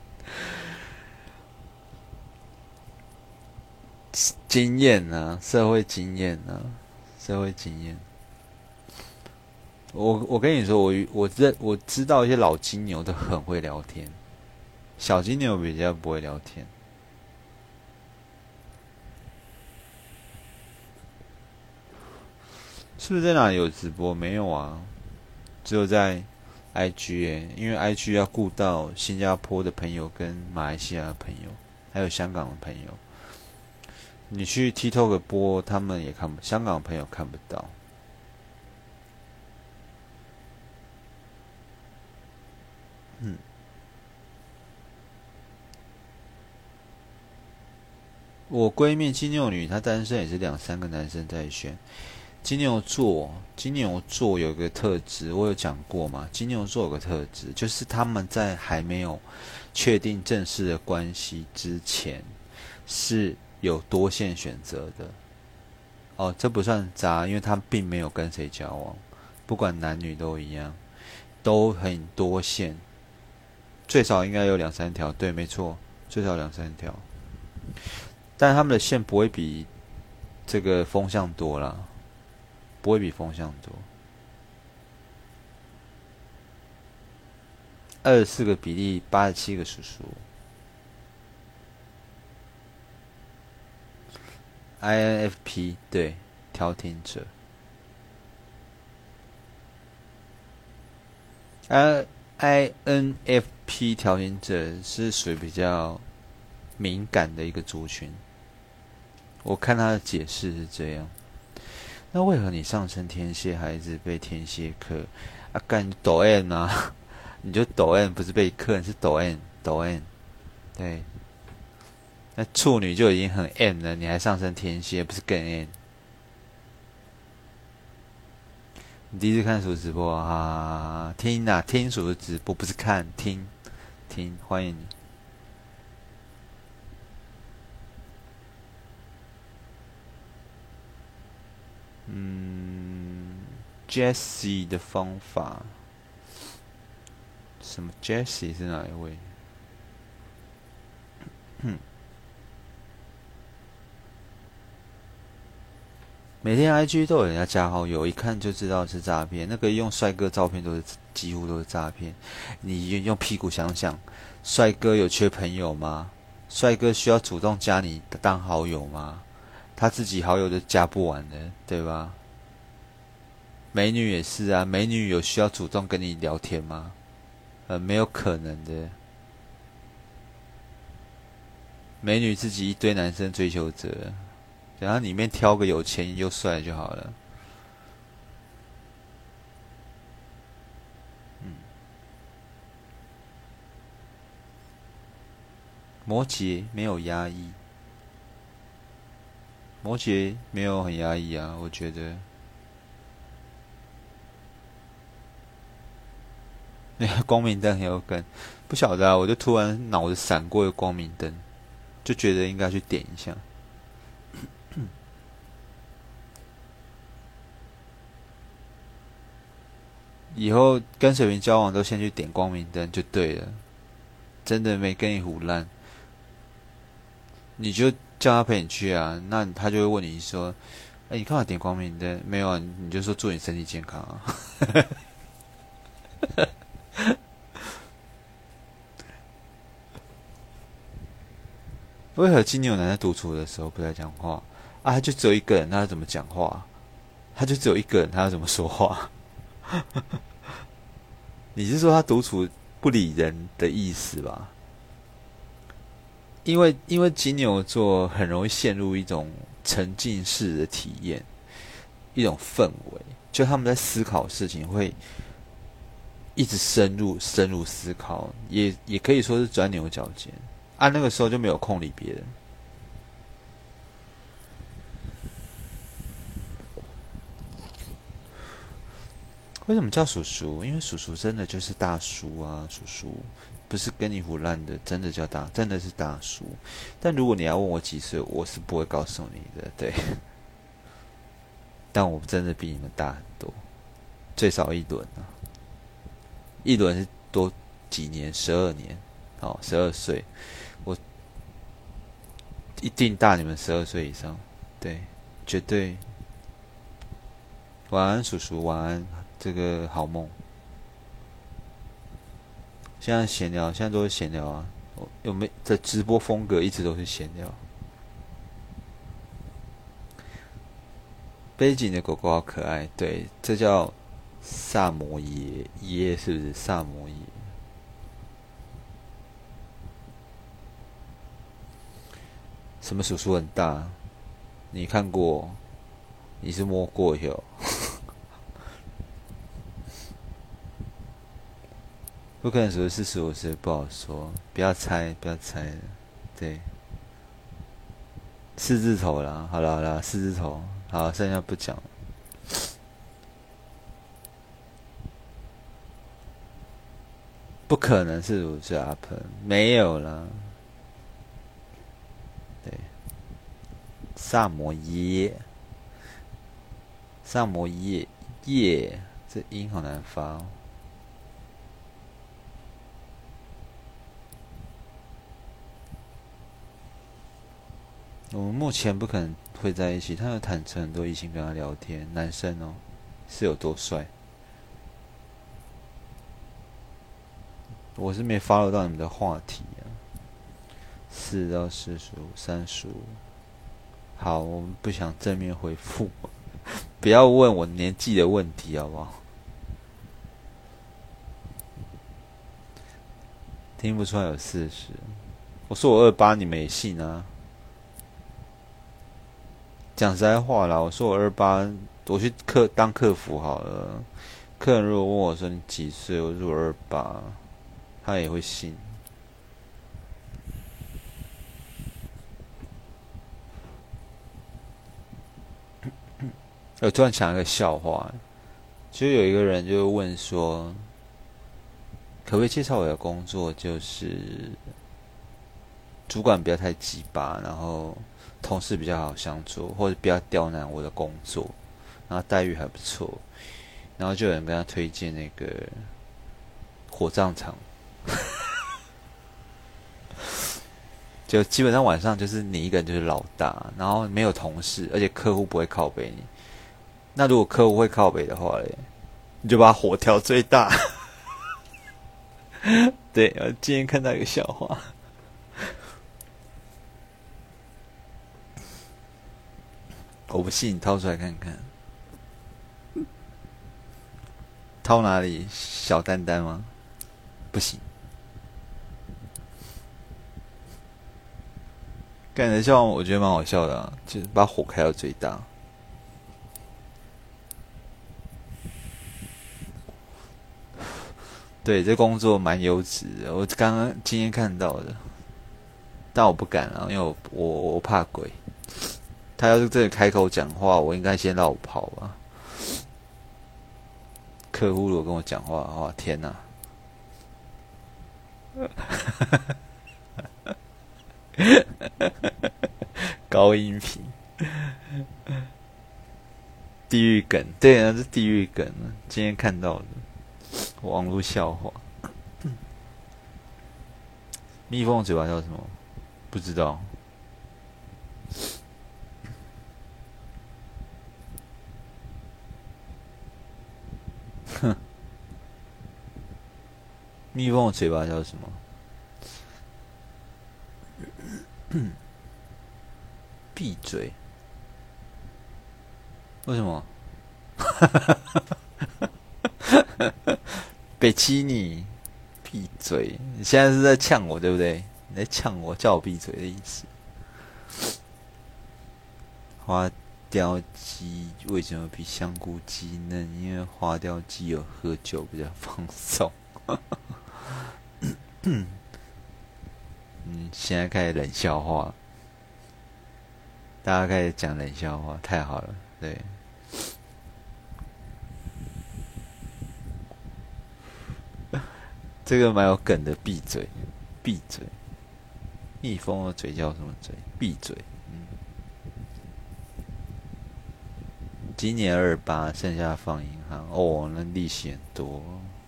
经验啊，社会经验啊，社会经验。我跟你说，我知道一些老金牛都很会聊天，小金牛比较不会聊天。是不是在哪里有直播？没有啊，只有在 IG 因为 IG 要顾到新加坡的朋友跟马来西亚的朋友，还有香港的朋友。你去 TikTok 播，他们也看不，香港的朋友看不到。我闺蜜金牛女，她单身也是2、3个男生在选。金牛座有个特质，我有讲过嘛？金牛座有个特质，就是他们在还没有确定正式的关系之前，是有多线选择的。哦，这不算渣，因为他并没有跟谁交往，不管男女都一样，都很多线，最少应该有2、3条。对，没错，最少2、3条。但他们的线不会比这个风向多啦，不会比风向多。24个比例，87个叔叔。INFP 对，调停者。INFP 调停者是属于比较敏感的一个族群。我看他的解释是这样。那为何你上升天蝎还一直被天蝎克？啊，干你抖 M 啊！你就抖 M 不是被克，你是抖 M 抖 M。对，那处女就已经很 M 了，你还上升天蝎，不是更 M？你第一次看鼠直播啊？听啊，听鼠的直播，不是看，听，听，欢迎你。Jessie 的方法，什么 Jessie 是哪一位？每天 IG 都有人家加好友，一看就知道是诈骗。那个用帅哥照片几乎都是诈骗。你用屁股想想，帅哥有缺朋友吗？帅哥需要主动加你当好友吗？他自己好友都加不完的，对吧？美女也是啊，美女有需要主动跟你聊天吗？没有可能的。美女自己一堆男生追求者，然后里面挑个有钱又帅就好了。摩羯没有压抑，摩羯没有很压抑啊，我觉得。 光明灯很有梗，不晓得啊，我就突然脑子闪过一个光明灯，就觉得应该去点一下。以后跟水瓶交往都先去点光明灯就对了，真的没跟你胡乱，你就叫他陪你去啊，那他就会问你说：“哎，你干嘛点光明灯？没有啊，你就说祝你身体健康啊。”为何金牛男在独处的时候不在讲话啊？他就只有一个人，他要怎么讲话？他就只有一个人，他要怎么说话？你是说他独处不理人的意思吧？因为金牛座很容易陷入一种沉浸式的体验，一种氛围，就他们在思考事情会一直深入思考，也可以说是钻牛角尖。啊，那个时候就没有空理别人。为什么叫叔叔？因为叔叔真的就是大叔啊，叔叔不是跟你胡乱的，真的真的是大叔。但如果你要问我几岁，我是不会告诉你的，对。但我真的比你们大很多，最少一轮啊，一轮是多几年，12年，哦，12岁，我一定大你们12岁以上，对，绝对。晚安，叔叔，晚安，这个好梦。现在闲聊，现在都是闲聊啊。有没的直播风格一直都是闲聊。背景的狗狗好可爱，对，这叫萨摩耶耶，是不是萨摩耶？什么叔叔很大？你看过？你是摸过有？不可能说45岁，不好说，不要猜，不要猜了，对，4字头啦，好啦好啦，4字头，好，剩下不讲了。不可能是45岁阿鹏，没有啦，对，萨摩耶，萨摩耶耶，这音好难发哦。我们目前不可能会在一起。他有坦诚很多异性跟他聊天，男生哦，是有多帅？我是没 follow 到你们的话题啊。4到45、35，好，我们不想正面回复，不要问我年纪的问题，好不好？听不出来有40，我说我28，你们也信啊？讲实在话啦，我说我28，我去当客服好了。客人如果问我说你几岁，我说我28，他也会信。我突然想一个笑话，就有一个人就问说，可不可以介绍我的工作？就是主管不要太鸡巴，然后同事比较好相处，或者不要刁难我的工作，然后待遇还不错，然后就有人跟他推荐那个火葬场，就基本上晚上就是你一个人就是老大，然后没有同事，而且客户不会靠北你。那如果客户会靠北的话嘞，你就把火调最大。对，我今天看到一个笑话，我不信，你掏出来看看。掏哪里？小丹丹吗？不行。干的笑话我觉得蛮好笑的啊，就是把火开到最大。对，这工作蛮优质的，我今天看到的，但我不敢啊，因为我怕鬼。他要是真的开口讲话，我应该先绕跑吧。客户如果跟我讲话的话，天哪， 高音频，地狱梗，对啊，这地狱梗啊，今天看到的网络笑话。蜜蜂的嘴巴叫什么？不知道。哼，蜜蜂的嘴巴叫什么？闭嘴。为什么？北七你闭嘴！你现在是在呛我，对不对？你在呛我，叫我闭嘴的意思。花雕鸡为什么比香菇鸡嫩？因为花雕鸡有喝酒，比较放松。现在开始冷笑话，大家开始讲冷笑话，太好了，对。这个蛮有梗的，闭嘴，闭嘴。蜜蜂的嘴叫什么嘴？闭嘴。今年28，剩下放银行哦，那利息很多。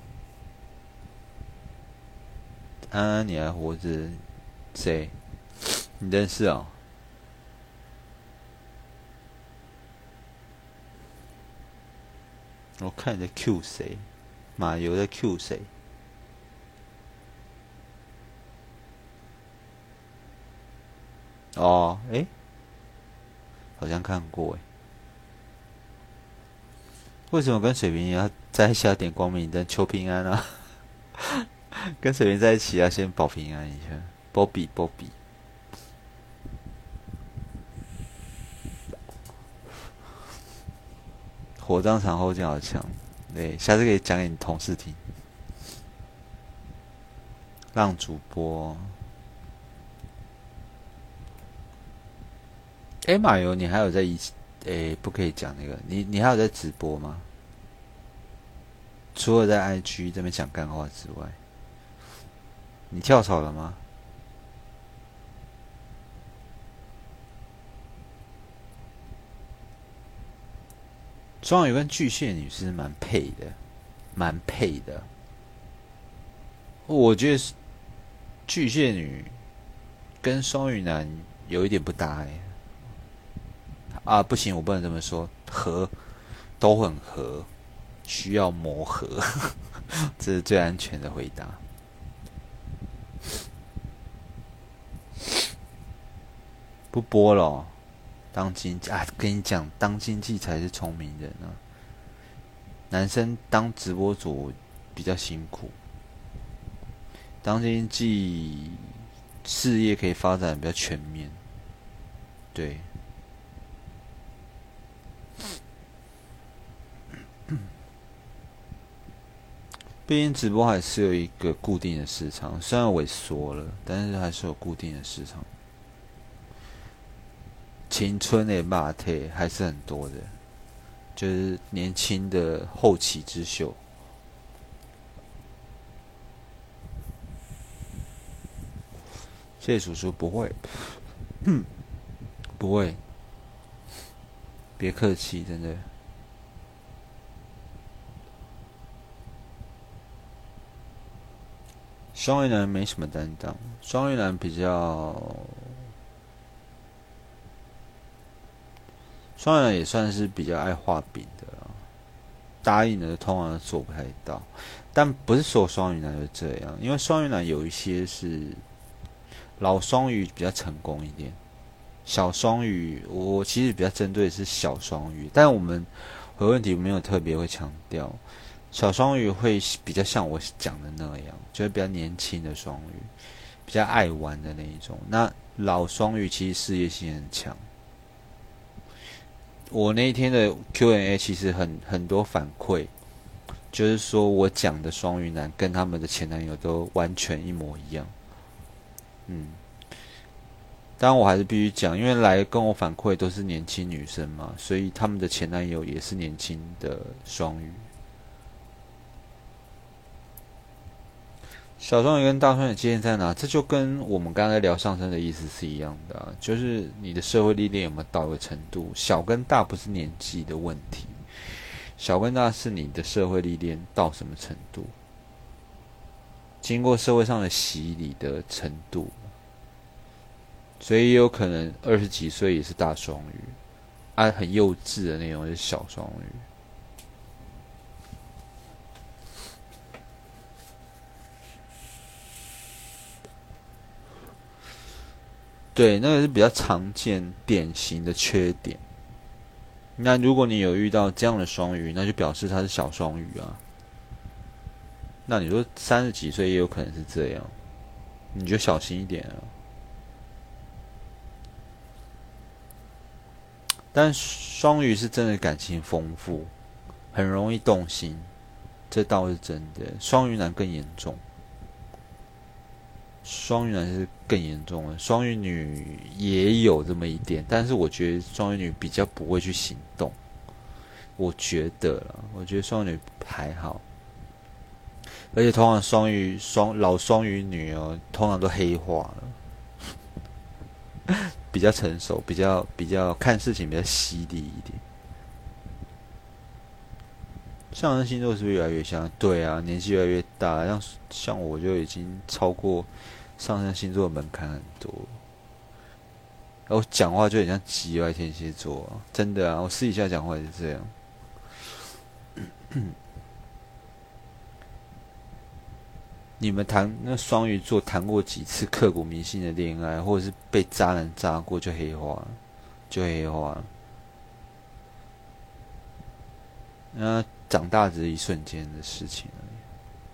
安安，你还活着？谁？你认识哦？我看你在 Q 谁？马油在 Q 谁？哦，好像看过为什么跟水瓶要在一起要点光明灯求平安啊？跟水瓶在一起要先保平安一下。Bobby，火葬场后劲好强。对，下次可以讲给你同事听。让主播。马油，你还有在不可以讲那个，你还有在直播吗？除了在 IG 这边讲干话之外，你跳槽了吗？双鱼跟巨蟹女是蛮配的。我觉得巨蟹女跟双鱼男有一点不搭不行，我不能这么说，都很合，需要磨合，这是最安全的回答。不播了当经济跟你讲，当经济才是聪明人啊。男生当直播主比较辛苦，当经济事业可以发展比较全面，对。毕竟直播还是有一个固定的市场，虽然萎缩了，但是还是有固定的市场。青春的骂退还是很多的，就是年轻的后起之秀。谢谢叔叔，不会，不会，别客气，真的。双鱼男没什么担当，双鱼男比较，双鱼男也算是比较爱画饼的啦，答应的通常做不太到，但不是所有双鱼男都这样，因为双鱼男有一些是老双鱼比较成功一点，小双鱼我其实比较针对的是小双鱼，但我们回问题没有特别会强调。小双鱼会比较像我讲的那样，就是比较年轻的双鱼，比较爱玩的那一种。那老双鱼其实事业心很强。我那一天的 Q&A 其实很多反馈，就是说我讲的双鱼男跟他们的前男友都完全一模一样。当然我还是必须讲，因为来跟我反馈都是年轻女生嘛，所以他们的前男友也是年轻的双鱼。 小双鱼跟大双鱼界限在哪？这就跟我们刚才聊上升的意思是一样的啊，就是你的社会历练有没有到一个程度。小跟大不是年纪的问题，小跟大是你的社会历练到什么程度，经过社会上的洗礼的程度。所以也有可能20几岁也是大双鱼，啊，很幼稚的那种是小双鱼。对，那个是比较常见、典型的缺点。那如果你有遇到这样的双鱼，那就表示他是小双鱼啊。那你说30几岁也有可能是这样，你就小心一点啊。但双鱼是真的感情丰富，很容易动心，这倒是真的。双鱼男更严重，双鱼男是更严重的，双鱼女也有这么一点，但是我觉得双鱼女比较不会去行动。我觉得啦，我觉得双鱼女还好，而且通常老双鱼女哦，通常都黑化了，比较成熟，比较看事情比较犀利一点。上升星座是不是越来越像？对啊，年纪越来越大，像我就已经超过上升星座的门槛很多。然后讲话就很像急歪天蝎座啊，真的啊，我私底下讲话也是这样。你们那双鱼座谈过几次刻骨铭心的恋爱，或者是被渣男渣过就黑化了，就黑化了。那长大只是一瞬间的事情而已。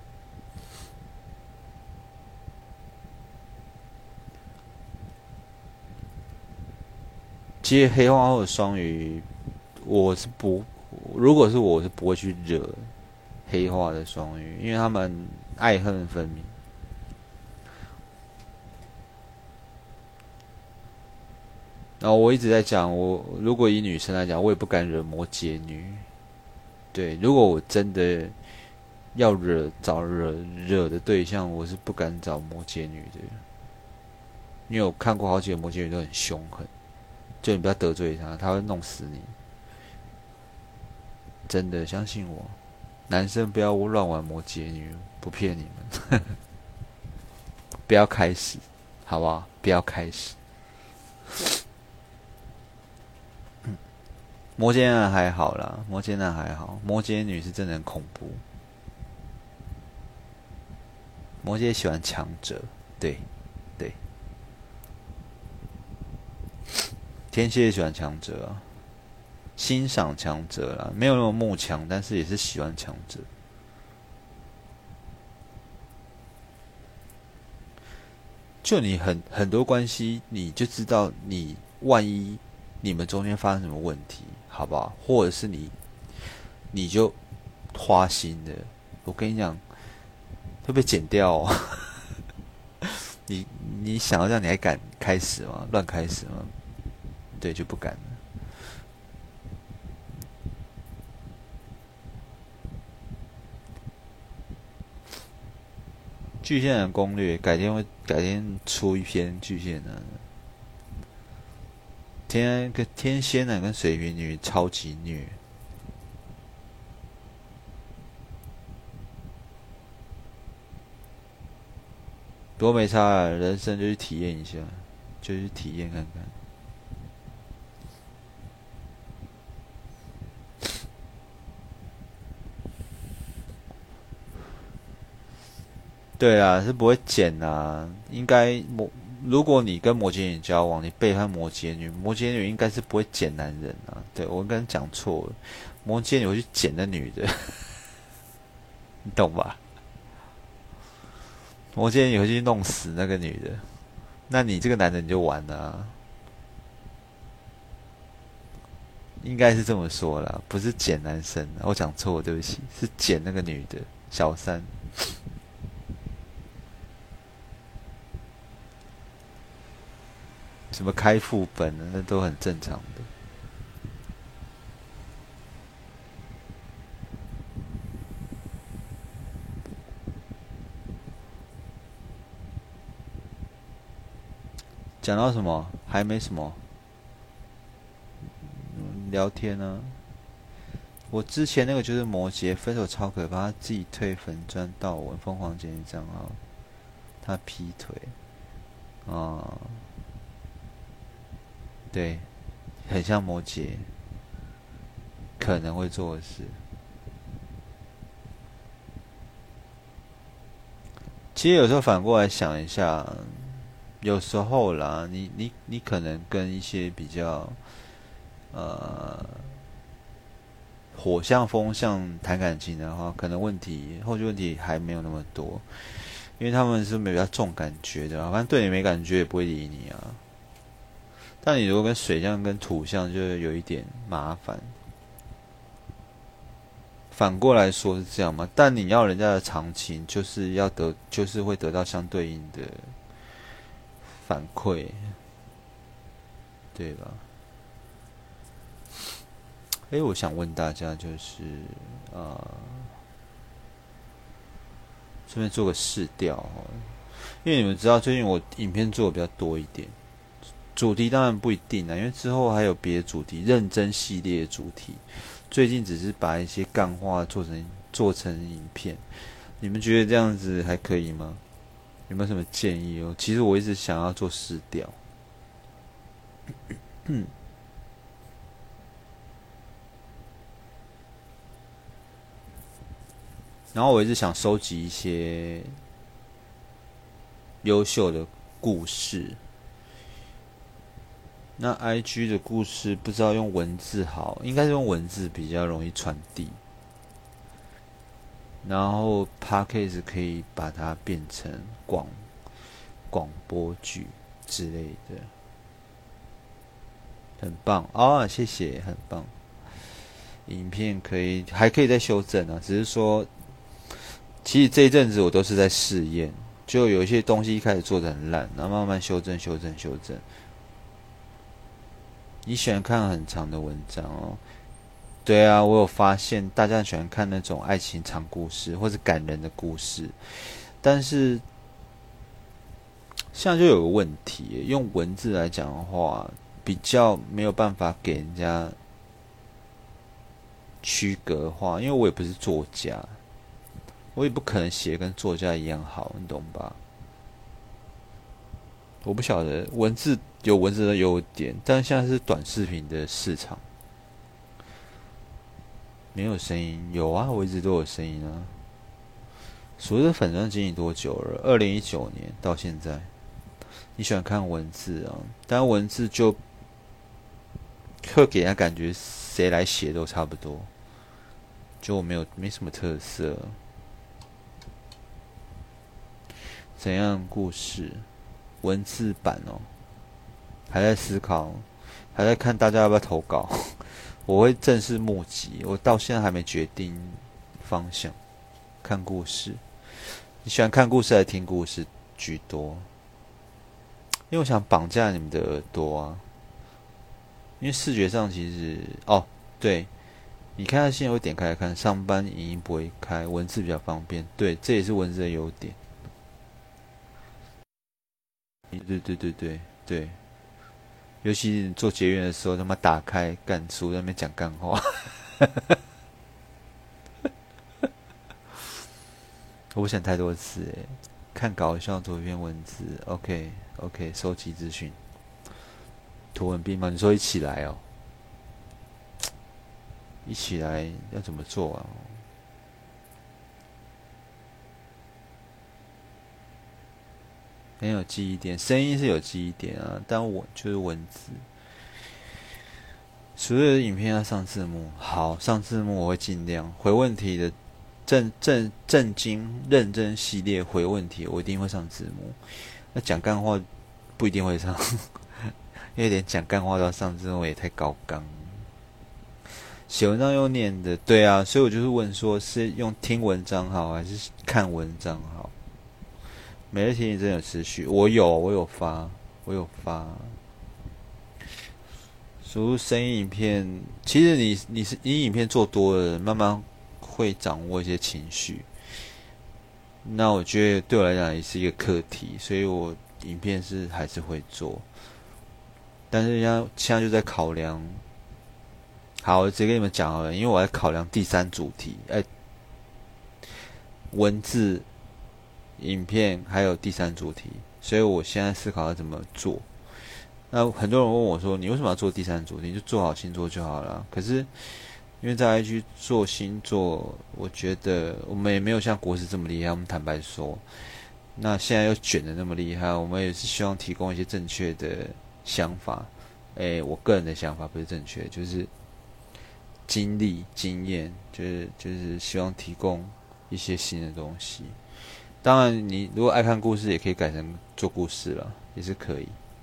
其实黑化后的双鱼，我是不，如果是我是不会去惹黑化的双鱼，因为他们爱恨分明。然后我一直在讲，我如果以女生来讲，我也不敢惹摩羯女。对，如果我真的要惹的对象，我是不敢找摩羯女的，因为我看过好几个摩羯女都很凶狠，就你不要得罪她，她会弄死你。真的，相信我，男生不要乱玩摩羯女，不骗你们，不要开始，好不好？不要开始。摩羯男还好啦，摩羯男还好，摩羯女是真的很恐怖。摩羯喜欢强者，对，对，天蝎也喜欢强者啊，欣赏强者啦，没有那么慕强，但是也是喜欢强者。就你很多关系，你就知道你万一你们中间发生什么问题，好不好？或者是你就花心的，我跟你讲会被剪掉哦。你想要这样，你还敢开始吗？乱开始吗？对，就不敢了。巨蟹男攻略，改天出一篇巨蟹男。天蝎男跟水瓶女超级虐，多没差啊，人生就去体验一下，就去体验看看。对啊，是不会剪啊，应该如果你跟摩羯女交往，你背叛摩羯女，摩羯女应该是不会捡男人啊。对，我刚刚讲错了，摩羯女会去捡那女的，你懂吧？摩羯女会去弄死那个女的，那你这个男的你就完了啊。应该是这么说啦，不是捡男生啊，我讲错了，对不起，是捡那个女的小三。什么开副本的，那都很正常的。 讲到什么？还没什么聊天呢、我之前那个就是摩羯，分手超可怕，他自己退粉专盗文，疯狂检举账号，他劈腿对，很像摩羯可能会做的事。其实有时候反过来想一下，有时候啦，你可能跟一些比较火象风象谈感情的话，可能后续问题还没有那么多，因为他们是比较重感觉的，反正对你没感觉也不会理你啊。但你如果跟水象跟土象，就有一点麻烦。反过来说是这样嘛，但你要人家的长情，就是会得到相对应的反馈，对吧？我想问大家，就是顺便做个试调哦，因为你们知道最近我影片做的比较多一点，主题当然不一定啦，因为之后还有别的主题，认真系列的主题。最近只是把一些干话做成影片，你们觉得这样子还可以吗？有没有什么建议哦？其实我一直想要做试调，然后我一直想收集一些优秀的故事。那 IG 的故事不知道用文字好，应该是用文字比较容易传递。然后 Podcast 可以把它变成广播剧之类的，很棒啊！谢谢，很棒。影片还可以再修正啊，只是说，其实这一阵子我都是在试验，就有一些东西一开始做得很烂，然后慢慢修正。你喜欢看很长的文章哦？对啊，我有发现大家很喜欢看那种爱情长故事或者感人的故事，但是现在就有个问题，用文字来讲的话，比较没有办法给人家区隔化，因为我也不是作家，我也不可能写跟作家一样好，你懂吧？我不晓得文字有文字的优点，但现在是短视频的市场，没有声音，有啊，我一直都有声音啊。所谓的粉专经营多久了？2019年到现在。你喜欢看文字啊，但文字就会给人家感觉谁来写都差不多，就没什么特色。怎样故事？文字版哦，还在思考，还在看大家要不要投稿。我会正式募集，我到现在还没决定方向。看故事，你喜欢看故事还是听故事居多？因为我想绑架你们的耳朵啊，因为视觉上其实对，你看它现在会点开来看，上班影音不会开，文字比较方便，对，这也是文字的优点。对，尤其你做捷运的时候，他妈打开干书在那边讲干话，我不想太多次看搞笑图片文字，OK，收集资讯，图文并茂。你说一起来哦，一起来要怎么做啊？很有记忆点，声音是有记忆点啊，但我就是文字。所有的影片要上字幕，好，上字幕我会尽量回问题的。正经认真系列回问题，我一定会上字幕。那讲干话不一定会上，因为连讲干话都要上字幕，也太高纲。写文章用念的，对啊，所以我就是问说，是用听文章好，还是看文章好？每日提醒真的有持续，我有发。输入声音影片，其实你影片做多了，慢慢会掌握一些情绪。那我觉得对我来讲也是一个课题，所以我影片是还是会做，但是现在就在考量。好，我直接跟你们讲好了，因为我在考量第三主题，文字、影片还有第三主题，所以我现在思考要怎么做。那很多人问我说：“你为什么要做第三主题？你就做好星座就好了。”可是因为在 IG 做星座，我觉得我们也没有像国师这么厉害。我们坦白说，那现在又卷得那么厉害，我们也是希望提供一些正确的想法。我个人的想法不是正确，就是经历、经验，就是希望提供一些新的东西。当然，你如果爱看故事，也可以改成做故事了，也是可以。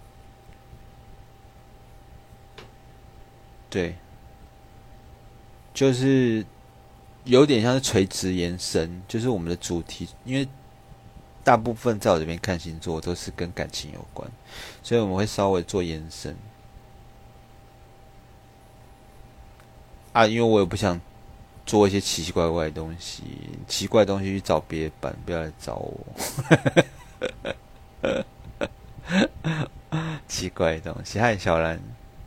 对，就是有点像是垂直延伸，就是我们的主题，因为大部分在我这边看星座都是跟感情有关，所以我们会稍微做延伸。因为我也不想做一些奇奇怪怪的东西，奇怪的东西去找别版，不要来找我。奇怪的东西，嗨，小兰，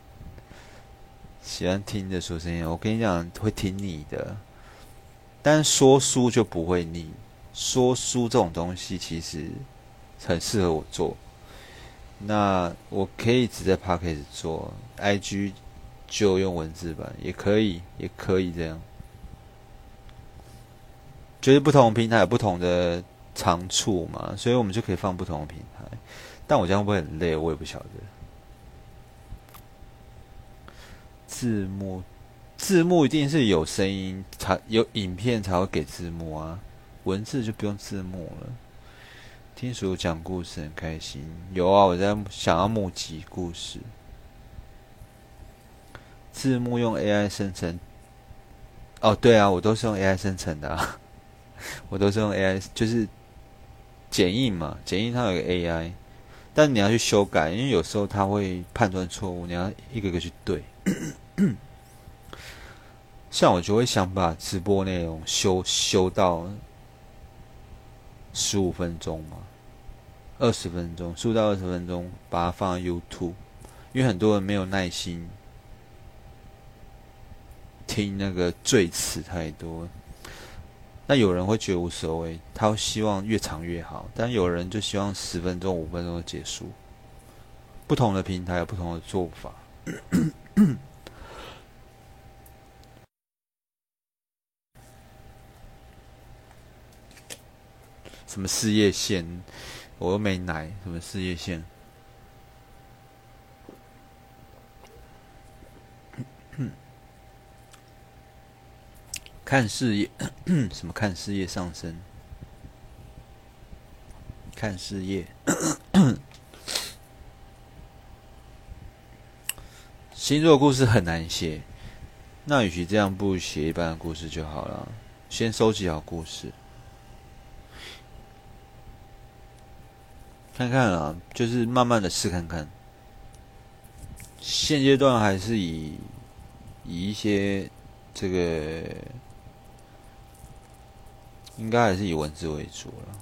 喜欢听的说声音，我跟你讲会听腻的，但说书就不会腻。说书这种东西其实很适合我做，那我可以只在 Podcast 做 ，IG 就用文字版，也可以这样。就是不同平台有不同的长处嘛，所以我们就可以放不同的平台。但我这样会不会很累？我也不晓得。字幕一定是有声音才有影片才会给字幕啊，文字就不用字幕了。听叔讲故事很开心，有啊，我在想要募集故事。字幕用 AI 生成，对啊，我都是用 AI 生成的啊，我都是用 AI，就是剪映嘛，剪映它有个 AI，但你要去修改，因为有时候它会判断错误，你要一个个去对。像我就会想把直播内容修到15分钟嘛，20分钟，15到20分钟，把它放在 YouTube， 因为很多人没有耐心听那个赘词太多。那有人会觉得无所谓，他希望越长越好，但有人就希望10分钟、5分钟就结束。不同的平台有不同的做法。什么事业线？我又没奶，什么事业线？看事业，什么看事业上升？看事业，星座故事很难写，那与其这样，不如写一般的故事就好了。先收集好故事，看看啊，就是慢慢的试看看。现阶段还是以一些这个，应该还是以文字为主了。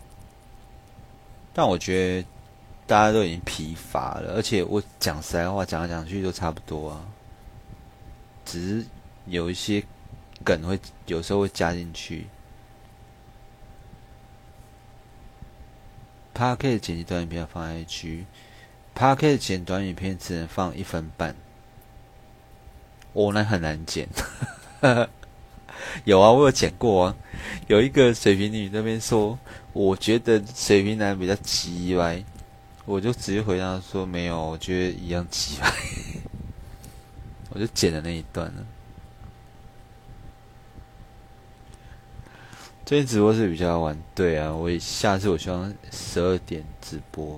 但我觉得大家都已经疲乏了，而且我讲实在话，讲来讲去都差不多啊，只是有一些梗会有时候会加进去。Podcast 剪辑短影片要放 IG，Podcast 剪短影片只能放1分半，那很难剪。有啊，我有剪过啊。有一个水瓶女那边说，我觉得水瓶男比较鸡歪，我就直接回答说没有，我觉得一样鸡歪。我就剪了那一段了。最近直播是比较晚，对啊，下次我希望12点直播，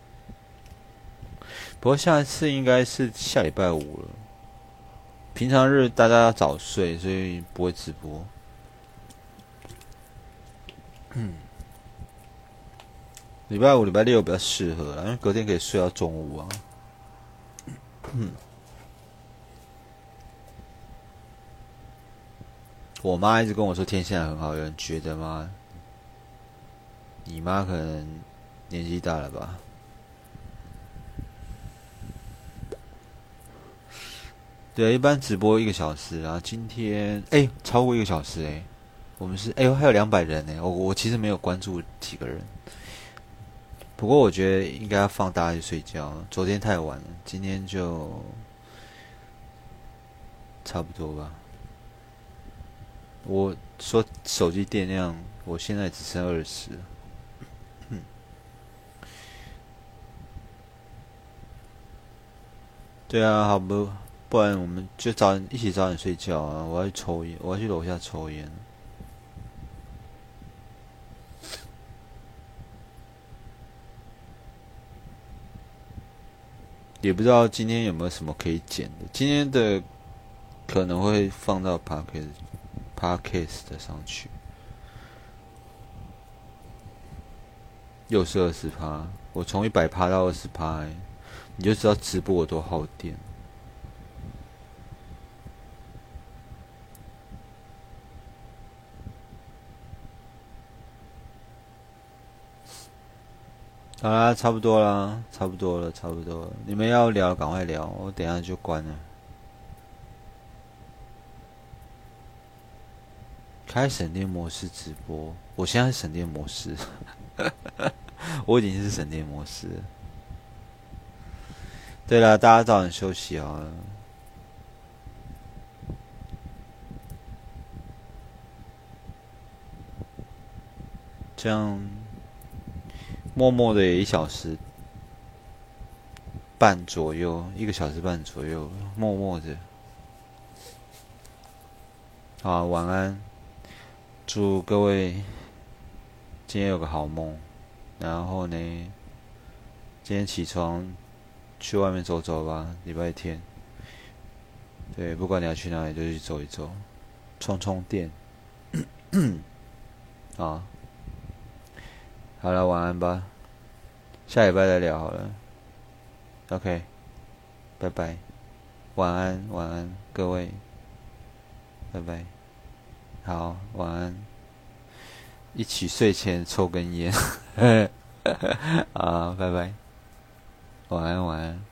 不过下一次应该是下礼拜5了。平常日大家要早睡，所以不会直播。礼拜5、礼拜6比较适合啦，因为隔天可以睡到中午啊。我妈一直跟我说天线很好，有人觉得吗？你妈可能年纪大了吧？ 对，一般直播1个小时啊。今天超过1个小时我们是还有200人我其实没有关注几个人，不过我觉得应该要放大家去睡觉。昨天太晚了，今天就差不多吧。我说手机电量，我现在只剩20。对啊，好不然我们就一起早点睡觉啊！我要去抽烟，我要去楼下抽烟。也不知道今天有没有什么可以剪的。今天的可能会放到 podcast 的上去，又是20%。我从100%到20%，你就知道直播有多耗电。好啦，差不多啦，差不多了，差不多了。你们要聊，赶快聊，我等一下就关了。开省电模式直播，我现在是省电模式，我已经是省电模式了。对啦，大家早点休息好了。这样默默的也1小时半左右，1个小时半左右，默默的。好，晚安，祝各位今天有个好梦。然后呢，今天起床去外面走走吧，礼拜天。对，不管你要去哪里，就去走一走，充充电。啊，好了，晚安吧，下礼拜再聊好了。OK，拜拜，晚安，晚安，各位，拜拜，好，晚安，一起睡前抽根烟，啊，拜拜，晚安，晚安。